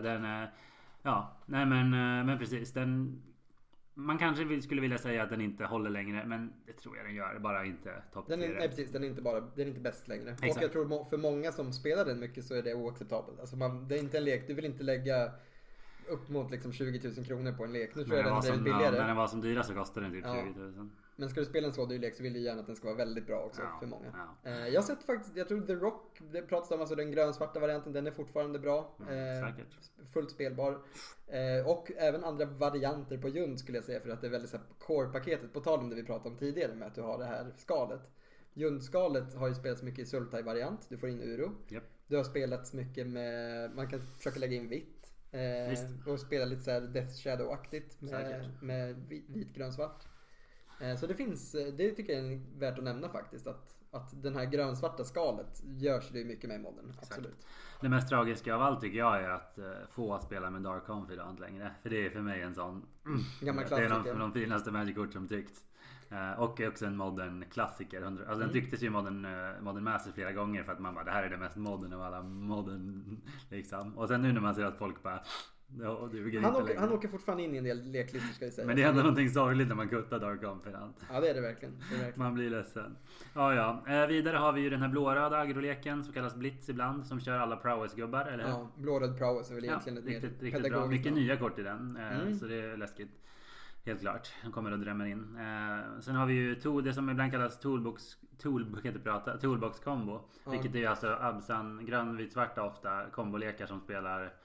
Men precis. Man kanske skulle vilja säga att den inte håller längre, men det tror jag den gör, bara inte topp 10. Nej precis, den är inte bäst längre. Exakt. Och jag tror för många som spelar den mycket så är det oacceptabelt. Alltså det är inte en lek, du vill inte lägga upp mot liksom 20 000 kronor på en lek. Nu tror jag den är billigare. När den var som dyrast så kostade den typ 20 000. Men ska du spela en så dyr lek så vill du gärna att den ska vara väldigt bra också för många. Jag har sett faktiskt, jag tror The Rock, det pratas om, alltså den grönsvarta varianten, den är fortfarande bra. Fullt spelbar. Och även andra varianter på Jund skulle jag säga, för att det är väldigt så här core-paketet, på tal om det vi pratade om tidigare med att du har det här skalet. Jund-skalet har ju spelats mycket i Sultai-variant, du får in Uro. Du har spelats mycket med, man kan försöka lägga in vitt. Och spela lite så här Death Shadow-aktigt med vit-grön-svart. Så det tycker jag är värt att nämna faktiskt, att den här grönsvarta skalet görs det mycket med i modden. Absolut. Det mest tragiska av allt tycker jag är att få spela med Dark Confidant längre. För det är för mig en sån gammal klassiker. Det är de finaste Magic-kort som tyckts. Och också en modern klassiker. Alltså den trycktes ju modern Master flera gånger för att man bara, det här är det mest modern av alla modern liksom. Och sen nu när man ser att folk bara han åker fortfarande in i en del leklistor ska jag säga. Men det är ändå någonting sorgligt när man kuttar Dark Confidant. Ja, det är det verkligen. Man blir ledsen. Vidare har vi ju den här blåröda agroleken som kallas Blitz ibland, som kör alla prowess-gubbar, eller? Ja, blåröd prowess är väl egentligen ett riktigt bra. Mycket nya kort i den. Så det är läskigt. Helt klart, de kommer att drämma in. Sen har vi ju det som ibland kallas toolbox combo. Vilket är alltså Absan, grön, vit, svarta ofta kombolekar som spelar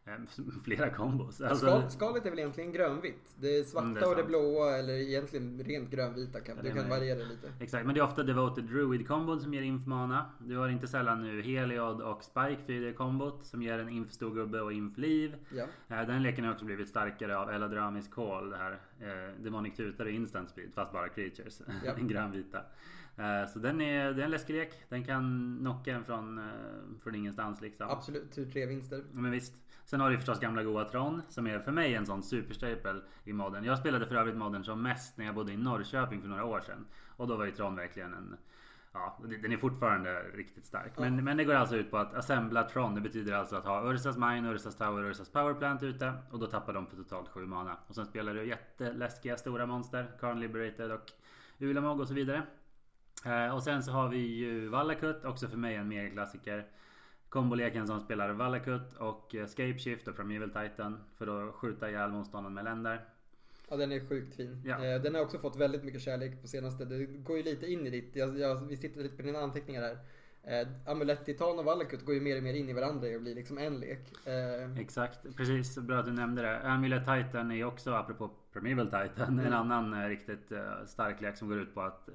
Flera kombos. Alltså, skalet är väl egentligen grönvitt. Det är svarta och det blåa, eller egentligen rent grönvita. Du kan variera lite. Exakt, men det är ofta Devoted Druid-kombon som ger inf-mana. Du har inte sällan nu Heliod och Spike 4D-kombot som ger en inf-stor gubbe och inf-liv. Ja. Den leken har också blivit starkare av Eladramis Call, det här Demonic Tutor och Instant Speed, fast bara creatures. Ja. En grönvita. Så det är en läskig lek. Den kan knocka en från ingenstans liksom. Absolut, tur 3 vinster. Men visst. Sen har du förstås gamla goa Tron som är för mig en sån superstaple i modden. Jag spelade för övrigt modden som mest när jag bodde i Norrköping för några år sedan. Och då var ju Tron verkligen den är fortfarande riktigt stark. Ja. Men det går alltså ut på att assembla Tron. Det betyder alltså att ha Ursas Mine, Ursas Tower, Ursas Powerplant ute. Och då tappar de för totalt 7 mana. Och sen spelar du jätteläskiga stora monster. Karn Liberated och Ulamog och så vidare. Och sen så har vi ju Valakut, också för mig en megaklassiker. Komboleken som spelar Valakut och Scapeshift och Primeval Titan för att skjuta ihjäl motståndaren med länder. Ja, den är sjukt fin. Ja. Den har också fått väldigt mycket kärlek på senaste. Det går ju lite in i ditt. Vi sitter lite på dina anteckningar här. Amulett Titan och Valakut går ju mer och mer in i varandra och blir liksom en lek. Exakt, precis. Bra att du nämnde det. Amulett Titan är också, apropå Primeval Titan, en annan riktigt stark lek som går ut på att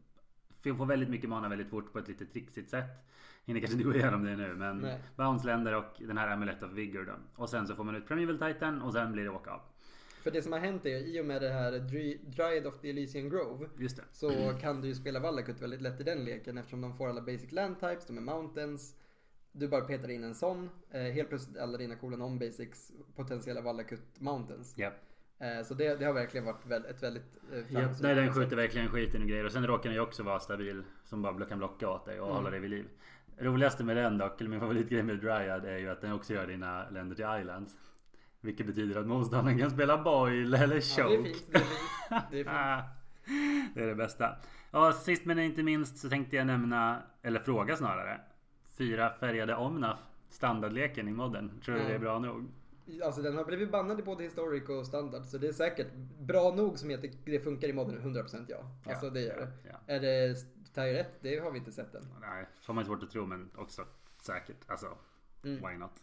få väldigt mycket mana väldigt fort på ett lite trixigt sätt. Hinner kanske inte gå igenom det nu, men Bounce länder och den här Amulet of Vigor då. Och sen så får man ut Primeval Titan och sen blir det åka av. För det som har hänt är, i och med det här Dryad of the Elysian Grove, just det, så kan du ju spela Valakut väldigt lätt i den leken eftersom de får alla basic land types, de är mountains. Du bara petar in en sån, helt plötsligt alla dina coola non-basics potentiella Valakut mountains. Yep. Så det har verkligen varit ett väldigt nej, den skjuter verkligen skiten och grejer. Och sen råkar den ju också vara stabil, som bara kan blocka åt dig och hålla dig vid liv. Roligaste med den dock, eller min favoritgrej med Dryad, är ju att den också gör dina länder till islands. Vilket betyder att motståndaren kan spela boil eller choke. Ja, det är fint. Det är det bästa. Och sist men inte minst så tänkte jag nämna, eller fråga snarare, 4 färgade Omnaf, standardleken i modden. Tror du det är bra nog? Alltså den har blivit bannad i både historic och standard, så det är säkert bra nog som heter det funkar i modden 100% ja. Alltså det gör det. Ja. Är det Tier 1? Det har vi inte sett än. Nej, får man svårt att tro, men också säkert. Alltså, why not?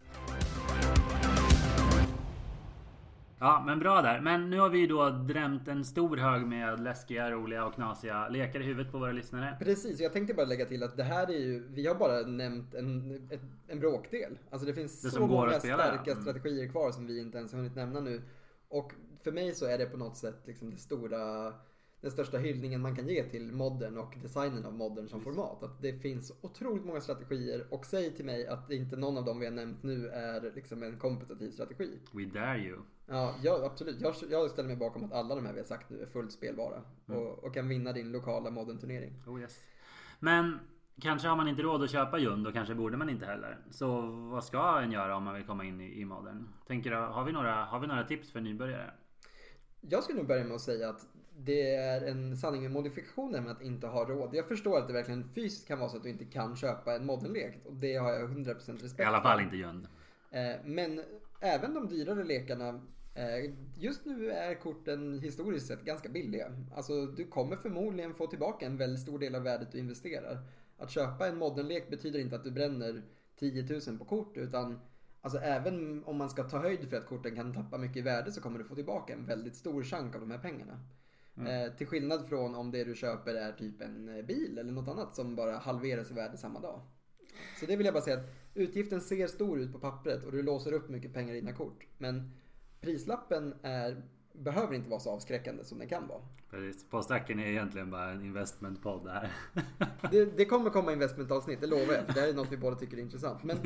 Ja, men bra där. Men nu har vi då drämt en stor hög med läskiga, roliga och knasiga lekar i huvudet på våra lyssnare. Precis, jag tänkte bara lägga till att det här är ju, vi har bara nämnt en bråkdel. Alltså det finns så många starka strategier kvar som vi inte ens har hunnit nämna nu. Och för mig så är det på något sätt liksom den största hyllningen man kan ge till modden och designen av modden som format. Att det finns otroligt många strategier, och säg till mig att inte någon av dem vi har nämnt nu är liksom en kompetitiv strategi. We dare you. Ja, absolut. Jag ställer mig bakom att alla de här vi har sagt nu är fullt spelbara och kan vinna din lokala modden-turnering. Oh yes. Men kanske har man inte råd att köpa Jund, och kanske borde man inte heller. Så vad ska en göra om man vill komma in i modden? Tänker du, har vi några tips för nybörjare? Jag skulle nog börja med att säga att det är en sanning med modifikationer med att inte ha råd. Jag förstår att det verkligen fysiskt kan vara så att du inte kan köpa en moddenlek, och det har jag 100% respekt för. I alla fall inte Jund. Men även de dyrare lekarna, just nu är korten historiskt sett ganska billiga. Alltså du kommer förmodligen få tillbaka en väldigt stor del av värdet du investerar. Att köpa en moddenlek betyder inte att du bränner 10 000 på kort, utan alltså även om man ska ta höjd för att korten kan tappa mycket i värde, så kommer du få tillbaka en väldigt stor chunk av de här pengarna. Till skillnad från om det du köper är typ en bil eller något annat som bara halveras i värde samma dag. Så det vill jag bara säga, att utgiften ser stor ut på pappret och du låser upp mycket pengar i dina kort. Men prislappen behöver inte vara så avskräckande som den kan vara. Precis. Påstacken är egentligen bara en investmentpodd här. Det kommer komma investmentavsnitt, det lovar jag. För det här är något vi båda tycker är intressant. Men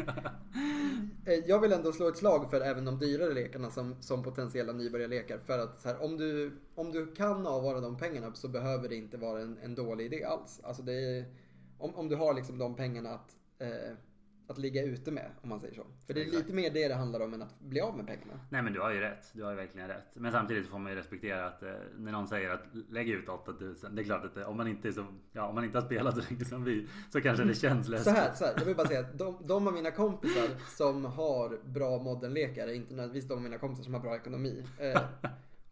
jag vill ändå slå ett slag för även de dyrare lekarna som potentiella nybörjarlekar. För att så här, om du kan avvara de pengarna, så behöver det inte vara en dålig idé alls. Alltså om du har liksom de pengarna att ligga ute med, om man säger så. För det är lite mer det handlar om än att bli av med pengarna. Nej, men du har ju rätt. Du har ju verkligen rätt. Men samtidigt får man ju respektera att när någon säger att lägg ut 8000, det är klart att om man inte har spelat så länge som vi, så kanske det känns läskigt. Så här, jag vill bara säga att de av mina kompisar som har bra moddenlekare, inte nödvändigtvis de av mina kompisar som har bra ekonomi.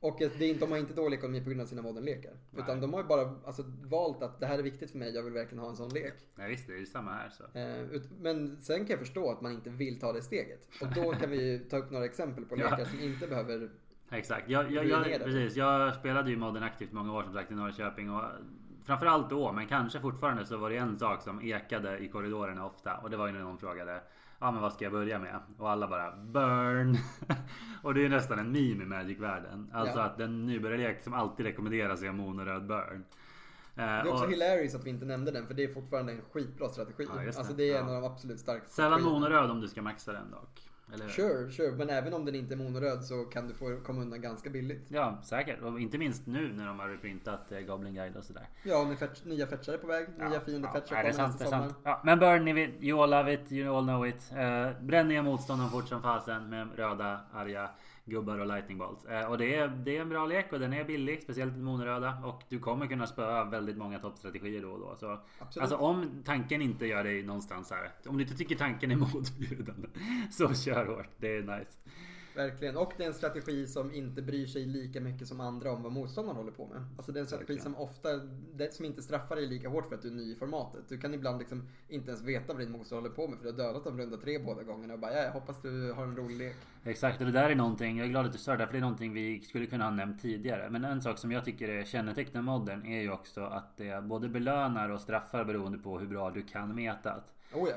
Och de har inte dålig ekonomi på grund av sina modernlekar. Utan de har ju bara valt att det här är viktigt för mig, jag vill verkligen ha en sån lek. Nej visst, det är ju samma här så. Men sen kan jag förstå att man inte vill ta det steget. Och då kan vi ta upp några exempel på lekar som inte behöver. Exakt, jag spelade ju modern aktivt många år som sagt i Norrköping. Och framförallt då, men kanske fortfarande, så var det en sak som ekade i korridorerna ofta. Och det var ju när någon frågade, men vad ska jag börja med? Och alla bara, burn! Och det är ju nästan en meme i Magic-världen. Alltså att den nybörjarlek som alltid rekommenderas är monoröd burn. Det är också hilarious att vi inte nämnde den, för det är fortfarande en skitbra strategi. Alltså det är en av de absolut starkaste. Sällan monoröd om du ska maxa den dock. Eller? Sure, men även om den inte är monoröd så kan du få komma undan ganska billigt. Ja, säkert. Och inte minst nu när de har reprintat Goblin Guide och sådär. Ja, med nya fetchare på väg. Nya fiender-fetchare kommer nästa sommar. Ja, men burn, you all love it, you all know it. Bränn ner motståndaren fort som fasen med röda, arga gubbar och lightning bolts. Och det är en bra lek och den är billig, speciellt monoröda. Och du kommer kunna spöa väldigt många toppstrategier då och då. Så, alltså om tanken inte gör dig någonstans här, om du inte tycker tanken är motbjudande, så kör hårt, det är nice. Verkligen, och det är en strategi som inte bryr sig lika mycket som andra om vad motståndaren håller på med. Alltså det är en strategi som ofta, som inte straffar dig lika hårt för att du är ny i formatet. Du kan ibland liksom inte ens veta vad din motståndare håller på med, för du har dödat dem runda 3 båda gångerna och bara, jag hoppas du har en rolig lek. Exakt, och det där är någonting, jag är glad att du sa det, för det är någonting vi skulle kunna ha nämnt tidigare. Men en sak som jag tycker är kännetecknar modden är ju också att det både belönar och straffar beroende på hur bra du kan metat.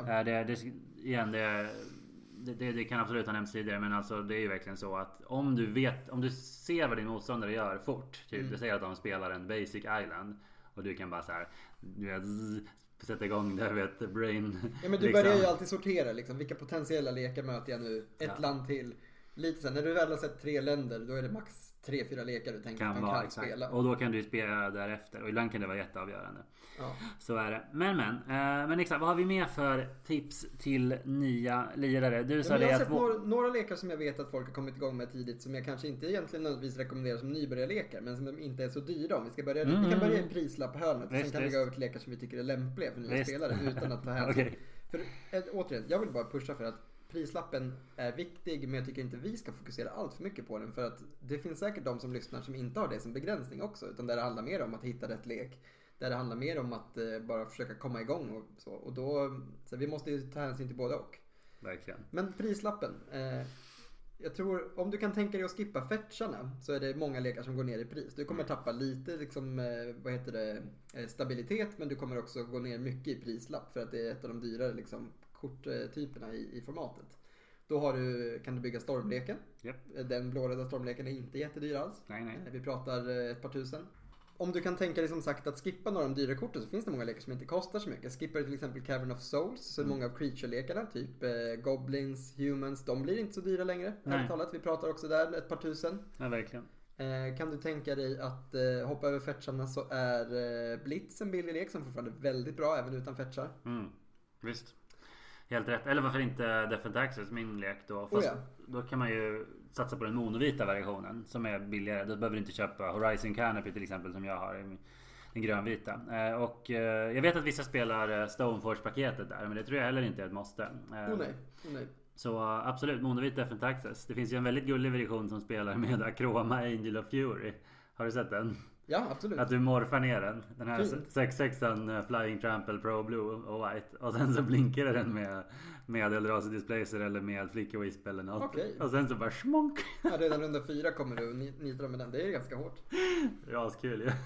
Det kan absolut ha nämnts tidigare, men alltså det är ju verkligen så att om du ser vad din motståndare gör fort, typ du säger att de spelar en basic island och du kan bara så här, du vet, sätta igång det, brain. Ja, men du börjar ju alltid sortera liksom, vilka potentiella lekar möter jag nu, ett land till. Lite sen när du väl har sett 3 länder, då är det max 3-4 lekar du tänker att man kan spela. Och då kan du spela därefter. Och ibland kan det vara jätteavgörande. Ja. Så är det. Men exakt, vad har vi mer för tips till nya lirare? Du sa jag har sett några lekar som jag vet att folk har kommit igång med tidigt, som jag kanske inte egentligen nödvändigtvis rekommenderar som nybörjarlekar, men som inte är så dyra. Om vi ska börja, vi kan börja i prislapp-hörnet. Sen kan vi gå över till lekar som vi tycker är lämpliga för nya spelare utan att ta hänsyn. För återigen, jag vill bara pusha för att prislappen är viktig, men jag tycker inte vi ska fokusera allt för mycket på den, för att det finns säkert de som lyssnar som inte har det som begränsning också, utan där det handlar mer om att hitta rätt lek, där det handlar mer om att bara försöka komma igång och så, och då så vi måste ju ta hänsyn till båda och. Verkligen. Men prislappen, jag tror om du kan tänka dig att skippa fetcharna, så är det många lekar som går ner i pris. Du kommer tappa lite liksom, stabilitet, men du kommer också gå ner mycket i prislapp, för att det är ett av de dyrare liksom korttyperna i formatet. Då kan du bygga stormleken. Yep. Den blåröda stormleken är inte jättedyr alls. Nej. Vi pratar ett par tusen. Om du kan tänka dig som sagt att skippa några av de dyra korten, så finns det många lekar som inte kostar så mycket. Skippar du till exempel Cavern of Souls, så är många av creature-lekarna, typ Goblins, Humans, de blir inte så dyra längre. Vi pratar också där ett par tusen. Ja, verkligen. Kan du tänka dig att hoppa över fetcharna, så är Blitz en billig lek som fortfarande är väldigt bra även utan fetchar. Visst. Helt rätt. Eller varför inte Defend Access, min lek då. Fast då kan man ju satsa på den monovita versionen som är billigare. Då behöver du inte köpa Horizon Canopy till exempel, som jag har i den grönvita. Och jag vet att vissa spelar Stoneforge-paketet där, men det tror jag heller inte är ett måste. Nej. Så absolut, monovit Defend Access. Det finns ju en väldigt gullig version som spelar med Akroma Angel of Fury. Har du sett den? Ja, absolut. Att du morfar ner den. Den här 6-6an Flying Trample Pro Blue och White. Och sen så blinkar den med Eldrazi Displacer eller med Flicker Wisp eller något. Okay. Och sen så bara schmonk. Ja, redan runda 4 kommer du nita med den. Det är ganska hårt. Ja, kul ju.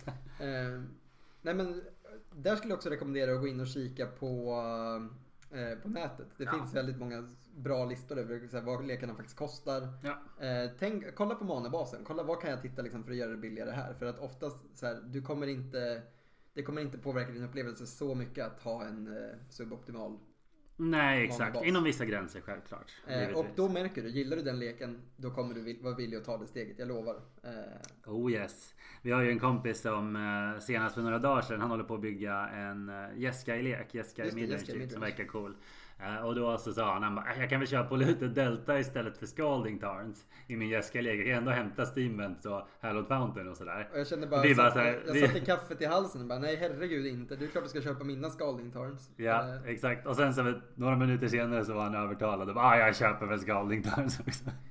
Nej, men där skulle jag också rekommendera att gå in och kika på nätet. Det finns väldigt många bra listor över vad lekarna faktiskt kostar. Ja. Kolla på manabasen. Kolla vad kan jag titta liksom för att göra det billigare här. För att oftast så här, det kommer inte påverka din upplevelse så mycket att ha en suboptimal. Nej, exakt. Inom vissa gränser självklart. Och då märker du, gillar du den leken, då kommer du vara villig att ta det steget, jag lovar. Oh yes. Vi har ju en kompis som senast för några dagar sedan, han håller på att bygga en Jeskai-lek, Jeskai Midrange, som verkar cool. Och då så sa han bara, jag kan väl köpa på lite Delta istället för Scalding Tarns i min Jeskai-lek. Jag kan ändå hämta Steamvent och Hallowed Fountain och sådär. Och jag kände bara, jag satte kaffet i halsen och bara, nej herregud inte. Det är klart du ska köpa mina Scalding Tarns. Ja, exakt. Och sen så några minuter senare så var han övertalad och bara, jag köper väl Scalding Tarns också.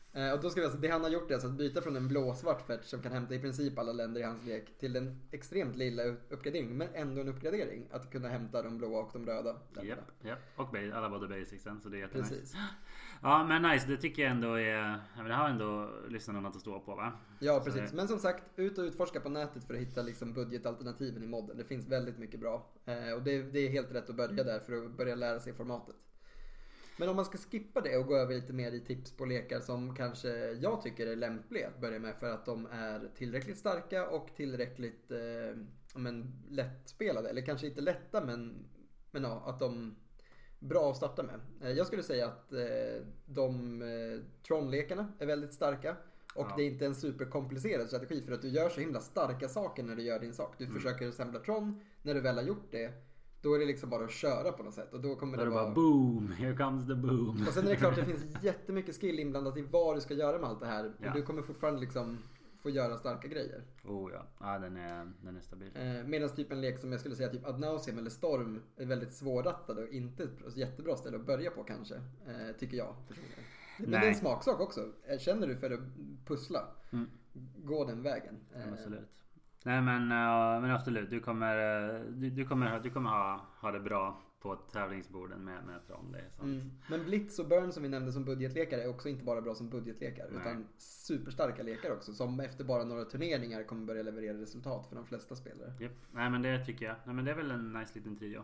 Och då ska vi alltså, det han har gjort är alltså att byta från en blåsvart fetch som kan hämta i princip alla länder i hans lek till den extremt lilla uppgradering, men ändå en uppgradering att kunna hämta de blåa och de röda länderna. Japp. Och alla både basicsen, så det är jättenice. Precis. Ja, men nice, det tycker jag ändå är, det har ändå lyssnarna något att stå på, va? Ja, precis. Men som sagt, ut och utforska på nätet för att hitta liksom budgetalternativen i modden. Det finns väldigt mycket bra. Och det är helt rätt att börja där för att börja lära sig formatet. Men om man ska skippa det och gå över lite mer i tips på lekar som kanske jag tycker är lämpliga att börja med för att de är tillräckligt starka och tillräckligt lättspelade. Eller kanske inte lätta, men ja, att de är bra att starta med. Jag skulle säga att Tron-lekarna är väldigt starka. Och det är inte en superkomplicerad strategi för att du gör så himla starka saker när du gör din sak. Du försöker assembla Tron, när du väl har gjort det, då är det liksom bara att köra på något sätt. Och då kommer det vara boom, here comes the boom. Och sen är det klart att det finns jättemycket skill inblandat i vad du ska göra med allt det här. Ja. Och du kommer fortfarande liksom få göra starka grejer. Ja, den är stabil. Medan typ en lek som jag skulle säga typ Ad Nauseam eller Storm är väldigt svårrattad och inte ett jättebra ställe att börja på kanske. Tycker jag personligen. Men det är en smaksak också. Känner du för att pussla? Gå den vägen. Absolut. Nej, men absolut. Du kommer ha det bra på tävlingsborden med Tron. Det är sant. Men Blitz och Burn som vi nämnde som budgetlekare är också inte bara bra som budgetlekar. Utan superstarka lekar också. Som efter bara några turneringar kommer börja leverera resultat för de flesta spelare. Yep. Nej, men det tycker jag. Nej, men det är väl en nice liten trio.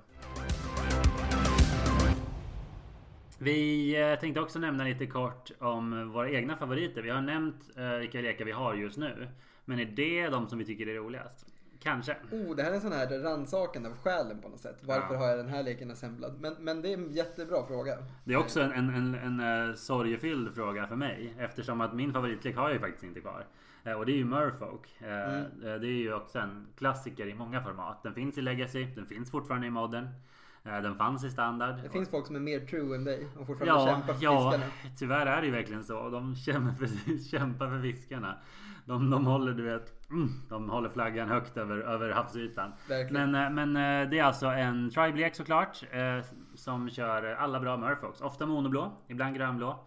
Vi tänkte också nämna lite kort om våra egna favoriter. Vi har nämnt vilka lekar vi har just nu. Men är det de som vi tycker är roligast? Kanske. Det här är en sån här rannsaken av själen på något sätt. Varför har jag den här leken assemblad? Men det är en jättebra fråga. Det är också en sorgefylld fråga för mig. Eftersom att min favoritlek har jag ju faktiskt inte kvar. Och det är ju Merfolk. Det är ju också en klassiker i många format. Den finns i Legacy, den finns fortfarande i modern. Den fanns i standard. Det finns folk som är mer true än dig och fortfarande kämpar för fiskarna. Tyvärr är det ju verkligen så. De kämpar för fiskarna. De håller, du vet, de håller flaggan högt över havsytan. Men det är alltså en tribe-lek såklart, som kör alla bra Merfolks. Ofta monoblå, ibland grönblå.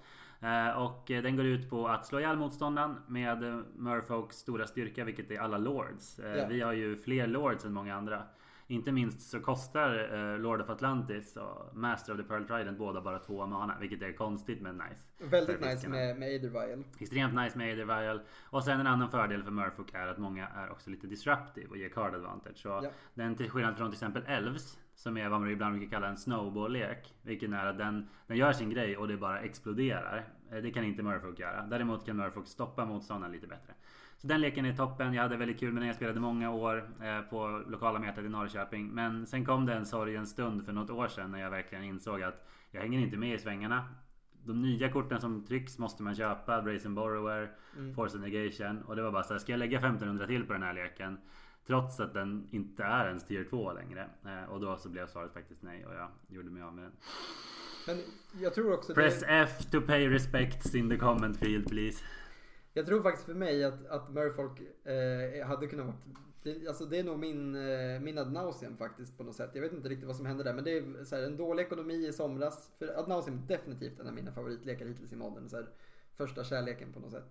Och den går ut på att slå ihjäl motståndaren med Merfolks stora styrka, vilket är alla lords. Vi har ju fler lords än många andra. Inte minst så kostar Lord of Atlantis och Master of the Pearl Trident båda bara 2 mana, vilket är konstigt men nice. Väldigt nice med Aether Vial. Extremt nice med Aether Vial. Och sen en annan fördel för Merfolk är att många är också lite disruptive och ger card advantage. Så den, till skillnad från till exempel Elves, som är vad man ibland brukar kalla en snowball-lek, vilken är att den gör sin grej och det bara exploderar. Det kan inte Merfolk göra. Däremot kan Merfolk stoppa motståndaren lite bättre. Så den leken är toppen. Jag hade väldigt kul med den. Jag spelade många år på lokala metet i Norrköping. Men sen kom det en sorgens stund för något år sedan när jag verkligen insåg att jag hänger inte med i svängarna. De nya korten som trycks måste man köpa. Brazen Borrower, Force Negation. Och det var bara så här, ska jag lägga 1500 till på den här leken? Trots att den inte är ens tier 2 längre. Och då så blev svaret faktiskt nej. Och jag gjorde mig av med den. Men jag tror också Press F to pay respects in the comment field, please. Jag tror faktiskt för mig att Merfolk hade kunnat vara... Det är nog min Ad Nauseam faktiskt på något sätt. Jag vet inte riktigt vad som hände där. Men det är så här, en dålig ekonomi i somras. För Ad Nauseam är definitivt en av mina favoritlekar hittills i modden. Så här, första kärleken på något sätt.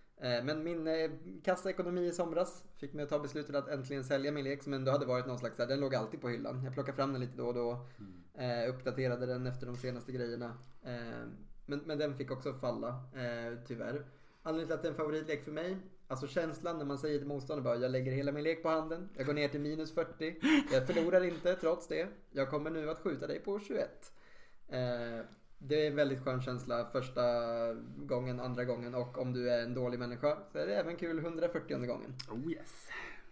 Men min kassaekonomi i somras fick mig att ta beslutet att äntligen sälja min lek. Som ändå hade varit någon slags... Den låg alltid på hyllan. Jag plockade fram den lite då och då. Uppdaterade den efter de senaste grejerna. Men den fick också falla, tyvärr. Anledningen till att det är en favoritlek för mig, alltså känslan när man säger till motståndaren bara, jag lägger hela min lek på handen, jag går ner till minus 40, jag förlorar inte trots det, jag kommer nu att skjuta dig på 21. Det är en väldigt skön känsla första gången, andra gången, och om du är en dålig människa så är det även kul 140:e gången. Oh yes.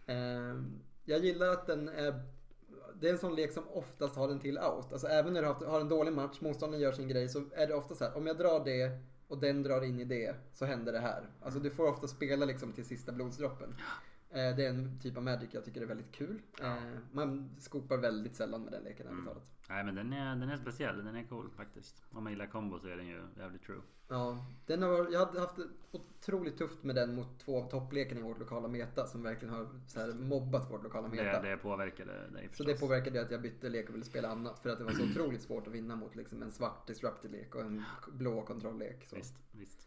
Jag gillar att det är en sån lek som oftast har en till out. Alltså även när du har en dålig match, motståndaren gör sin grej, så är det ofta så här, om jag drar det och den drar in i det, så händer det här. Alltså du får ofta spela liksom till sista blodsdroppen. Det är en typ av Magic jag tycker är väldigt kul. Man skopar väldigt sällan med den leken. Nej, men den är speciell, den är cool faktiskt. Om man gillar combo så är den ju jävligt true. Ja, jag hade haft otroligt tufft med den mot 2 av topplekarna i vårt lokala meta som verkligen har så här mobbat vårt lokala meta. Det påverkade dig förstås. Så det påverkade att jag bytte lek och ville spela annat, för att det var så otroligt svårt att vinna mot liksom en svart disrupted lek och en blå kontrolllek. Visst.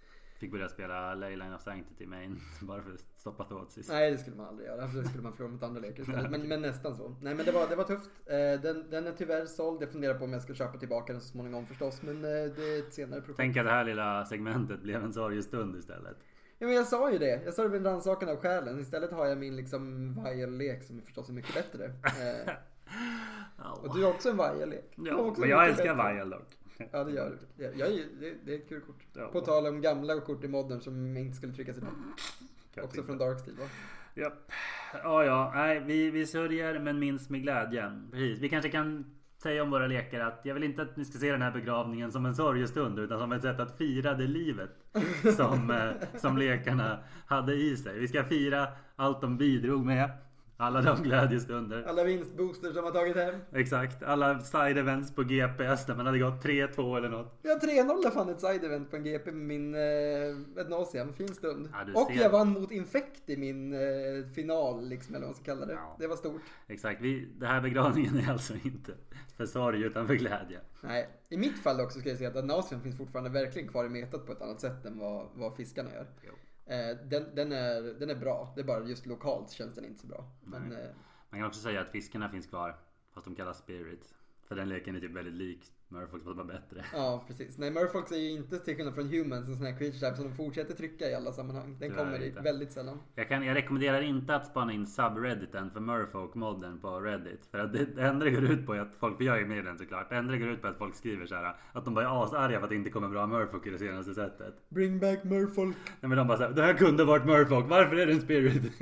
fick börja spela Leyline of Sanctity main bara för att stoppa Thoughtseize. Nej, det skulle man aldrig göra. Det skulle man förlora mot andra lekar istället. Men nästan så. Nej, men det var tufft. Den är tyvärr såld. Jag funderar på om jag ska köpa tillbaka den så småningom förstås. Men det är ett senare projekt. Tänk att det här lilla segmentet blev en sorgestund istället. Ja, men jag sa ju det. Jag sa det med rannsakan av själen. Istället har jag min liksom Vial-lek som förstås är mycket bättre. Och du har också en Vial-lek. Ja, men jag älskar Vial dock. Ja, det gör du. Det är ett kul kort. Ja. På tal om gamla kort i modern som inte skulle tryckas idag. Också från Darksteel, va? Ja. Ja. Nej, vi sörjer men minns med glädjen. Precis. Vi kanske kan säga om våra lekar att jag vill inte att ni ska se den här begravningen som en sorgestund utan som ett sätt att fira det livet som lekarna hade i sig. Vi ska fira allt de bidrog med. Alla de glädjestunder. Alla vinstboosters som har tagit hem. Exakt. Alla side events på GPS där man hade gått 3-2 eller något. Jag 3-0 fan ett side event på en GP med min Nausea. Fin stund. Ja, och jag vann mot Infect i min final liksom, eller vad man ska kalla det. Ja. Det var stort. Exakt. Det här begravningen är alltså inte för sorg utan för glädje. Nej. I mitt fall också ska jag säga att Nausea finns fortfarande verkligen kvar i metat på ett annat sätt än vad fiskarna gör. Jo. Den är bra. Det är bara just lokalt känns den inte så bra. Men, man kan också säga att fiskarna finns kvar fast de kallas Spirit. För den leken är typ väldigt lik Merfolk fast bara bättre. Ja, precis. Nej, Merfolk är ju inte till skillnad från Humans en sån här creature type som de fortsätter trycka i alla sammanhang. Den kommer väldigt sällan. Jag rekommenderar inte att spana in subredditen för Merfolk-modden på Reddit. För att det enda det går ut på är att folk, för jag är med i den såklart. Det enda det går ut på är att folk skriver så här att de bara är asarga för att det inte kommer bra Merfolk i det senaste sättet. Bring back Merfolk. Nej, men de bara så här, det här kunde varit Merfolk. Varför är det en Spirit?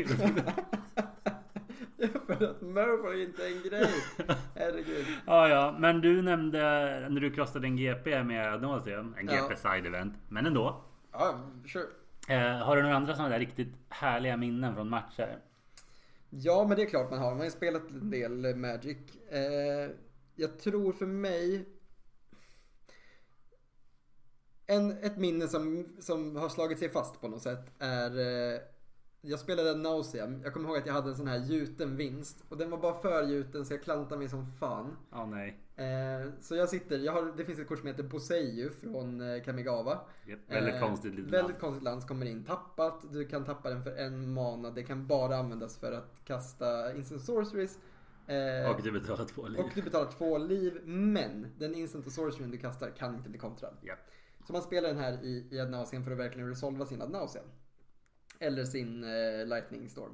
För att Merfolk inte är en grej. Herregud. Ja, men du nämnde när du krossade en GP med Nauseam, en GP side event, men ändå. Ja, sure. Har du några andra sådana där riktigt härliga minnen från matcher? Ja, men det är klart man har. Man har ju spelat en del Magic. Jag tror för mig ett minne som har slagit sig fast på något sätt är jag spelade Nauseam. Jag kommer ihåg att jag hade en sån här gjuten vinst. Och den var bara för gjuten så jag klantade mig som fan. Nej. Så det finns ett kort som heter Boseiju från Kamigawa. Yep, väldigt konstigt litet väldigt konstigt land som kommer in tappat. Du kan tappa den för 1 mana. Det kan bara användas för att kasta instant sorceries. Och du betalar 2 liv. Och du betalar 2 liv. Men den instant och sorcery du kastar kan inte bli kontrad. Yep. Så man spelar den här i Ad Nauseam för att verkligen resolva sin Ad Nauseam. Eller sin Lightning Storm.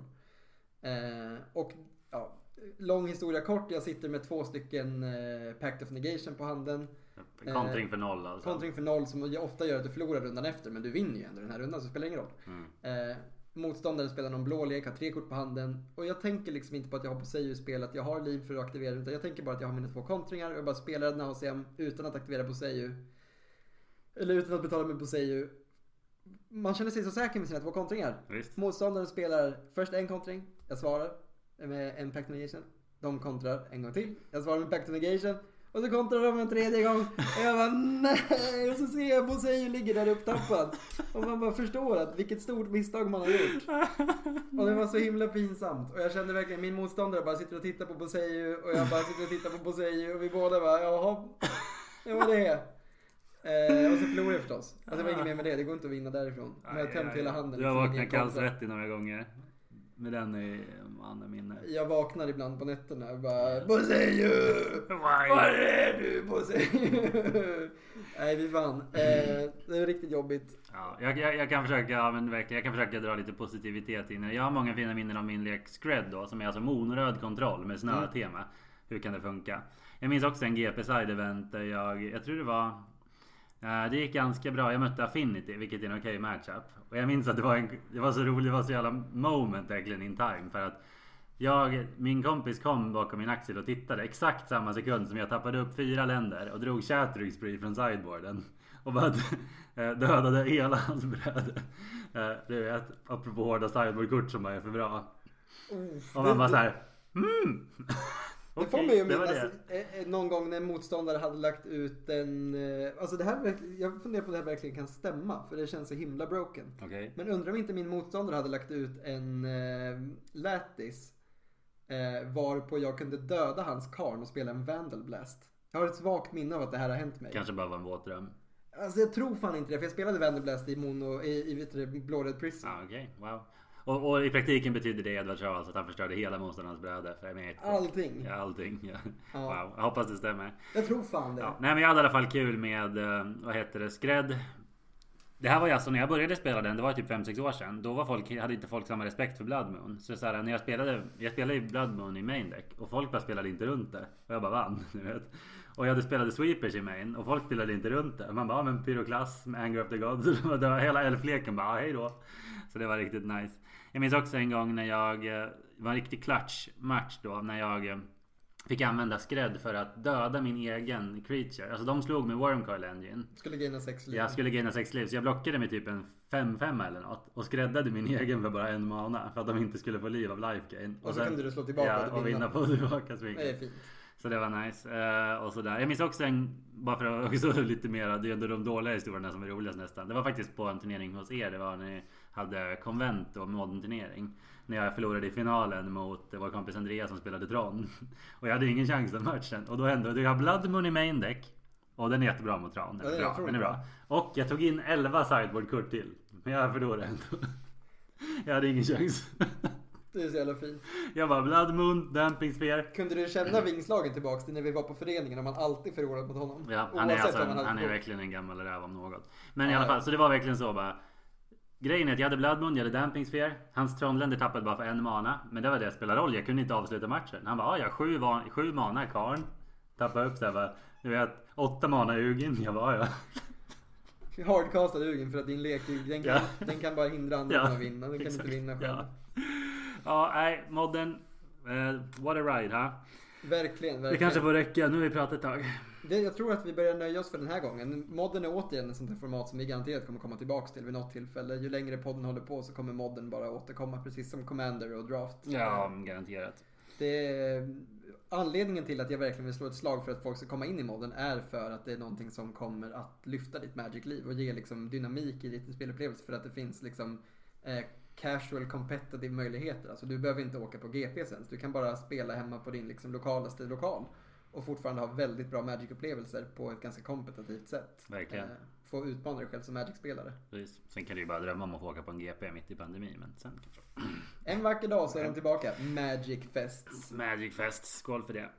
Och ja, lång historia kort. Jag sitter med 2 stycken Pact of Negation på handen. Kontring för 0 alltså. Kontring för 0 som ofta gör att du förlorar rundan efter. Men du vinner ju ändå den här rundan så det spelar ingen roll. Motståndaren spelar någon blå lek, har 3 kort på handen. Och jag tänker liksom inte på att jag har på sig spel att jag har liv för att aktivera. Utan jag tänker bara att jag har mina 2 kontringar. Och jag bara spelar Ad Nauseam utan att aktivera på sig. Eller utan att betala mig på sig. Man känner sig så säker med sina 2 kontringar. Visst. Motståndaren spelar först en kontring. Jag svarar med en Pact of Negation. De kontrar en gång till. Jag svarar med Pact of Negation. Och så kontrar de en 3:e gång. Och jag bara nej. Och så ser jag Boseiju ligger där upptappad. Och man bara förstår att vilket stort misstag man har gjort. Och det var så himla pinsamt. Och jag kände verkligen min motståndare bara sitter och tittar på Boseiju. Och jag bara sitter och tittar på Boseiju. Och vi båda bara jaha. Det var det. Och så förlorade jag förstås. Alltså det var inget mer med det. Det går inte att vinna därifrån. Men jag har tömt hela handen. Du har vaknat kallsvettig några gånger. Med den i andra minne. Jag vaknar ibland på nätterna och bara Boseiju! Var är du Boseiju? Nej, vi vann. Det är riktigt jobbigt. Ja, jag kan försöka, men verkligen, jag kan försöka dra lite positivitet in. Jag har många fina minnen av min lek Scred då, som är alltså monröd kontroll med snötema. Hur kan det funka? Jag minns också en GP side event där jag tror det var det gick ganska bra. Jag mötte Affinity, vilket är en okej matchup. Och jag minns att det var så roligt, det var så jävla moment egentligen in time. För att min kompis kom bakom min axel och tittade exakt samma sekund som jag tappade upp 4 länder och drog Shattering Spree från sideboarden. Och bara dödade hela hans bröd. Det är apropå hårda sideboardkort som bara är för bra. Och man bara såhär Det får mig ju minnas någon gång när en motståndare hade lagt ut en... Alltså det här, jag funderar på om det här verkligen kan stämma. För det känns så himla broken. Okay. Men undrar om inte min motståndare hade lagt ut en Lattice. Varpå jag kunde döda hans karn och spela en Vandal Blast. Jag har ett svagt minne av att det här har hänt mig. Kanske bara var en våtdröm. Alltså jag tror fan inte det, för jag spelade Vanderblast i Mono i Bloodred Prison. Okej, wow. Och i praktiken betyder det Edward Charles att han förstörde hela motståndarnas bräde för mig. Allting. Ja, allting. Ja. Wow, jag hoppas det stämmer. Jag tror fan det. Ja. Nej, men jag hade i alla fall kul med, vad heter det, skrädd. Det här var ju alltså när jag började spela den, det var typ 5-6 år sedan. Då var hade inte folk samma respekt för Blood Moon. Så här, när jag spelade ju Blood Moon i main deck och folk bara spelade inte runt det. Och jag bara vann, du vet. Och jag spelade sweepers i main och folk spelade inte runt det. Man bara, men pyroklass med Anger of the Gods. Det var hela elfleken bara, hej då. Så det var riktigt nice. Jag minns också en gång när det var en riktig clutch match då, när jag fick använda skrädd för att döda min egen creature. Alltså de slog med Wormcoil Engine. Skulle gaina 6 liv. Jag skulle gaina 6 liv, så jag blockade med typ en 5-5 eller något. Och skräddade min egen för bara 1 mana. För att de inte skulle få liv av life gain. Och så kunde du slå tillbaka och vinna på tillbaka swing. Det är fint. Så det var nice. Och sådär. Jag minns också bara för att också lite mer, det är ändå de dåliga historierna som är roligast nästan. Det var faktiskt på en turnering hos er. Det var när ni hade konvent och modern turnering. När jag förlorade i finalen mot vår kompis Andreas som spelade Tron. Och jag hade ingen chans den matchen. Och då hände jag har Blood Moon i main deck. Och den är jättebra mot Tron. Den är bra. Och jag tog in 11 sideboard-kort till. Men jag förlorade ändå. Jag hade ingen chans. Det är så jävla fint. Jag bara Blood Moon, Damping Sphere. Kunde du känna vingslagen tillbaks till när vi var på föreningen och man alltid förlorade mot honom? Ja, han är verkligen en gammal räv om något. Men i alla fall, så det var verkligen så bara. Grejen är att jag hade Blood Moon, jag hade Damping Sphere. Hans Tronländer tappade bara för 1 mana. Men det var det spelade roll, jag kunde inte avsluta matchen. Han bara, jag har 7 mana karn. Tappade upp så här bara, du vet, 8 mana Ugin. Jag bara, hardcastad Ugin för att din lek, den kan bara hindra andra från att vinna. Den kan exakt, inte vinna själv. Ja, nej, modden. What a ride, ha? Verkligen. Det kanske får räcka, nu har vi pratat ett tag. Jag tror att vi börjar nöja oss för den här gången. Modden är återigen ett sånt här format som vi garanterat kommer komma tillbaka till vid något tillfälle. Ju längre podden håller på så kommer modden bara återkomma, precis som Commander och Draft. Ja, garanterat. Anledningen till att jag verkligen vill slå ett slag för att folk ska komma in i modden är för att det är någonting som kommer att lyfta ditt Magic-liv och ge liksom dynamik i ditt spelupplevelse, för att det finns liksom casual competitive möjligheter. Alltså du behöver inte åka på GP sen. Du kan bara spela hemma på din liksom lokalaste lokal och fortfarande ha väldigt bra Magic-upplevelser på ett ganska kompetitivt sätt. Verkligen. Få utmana dig själv som Magic-spelare. Precis. Sen kan du ju bara drömma om att få åka på en GP mitt i pandemi, men sen kanske. En vacker dag så är de tillbaka. Magic Fests. Magic Fest, skål för det.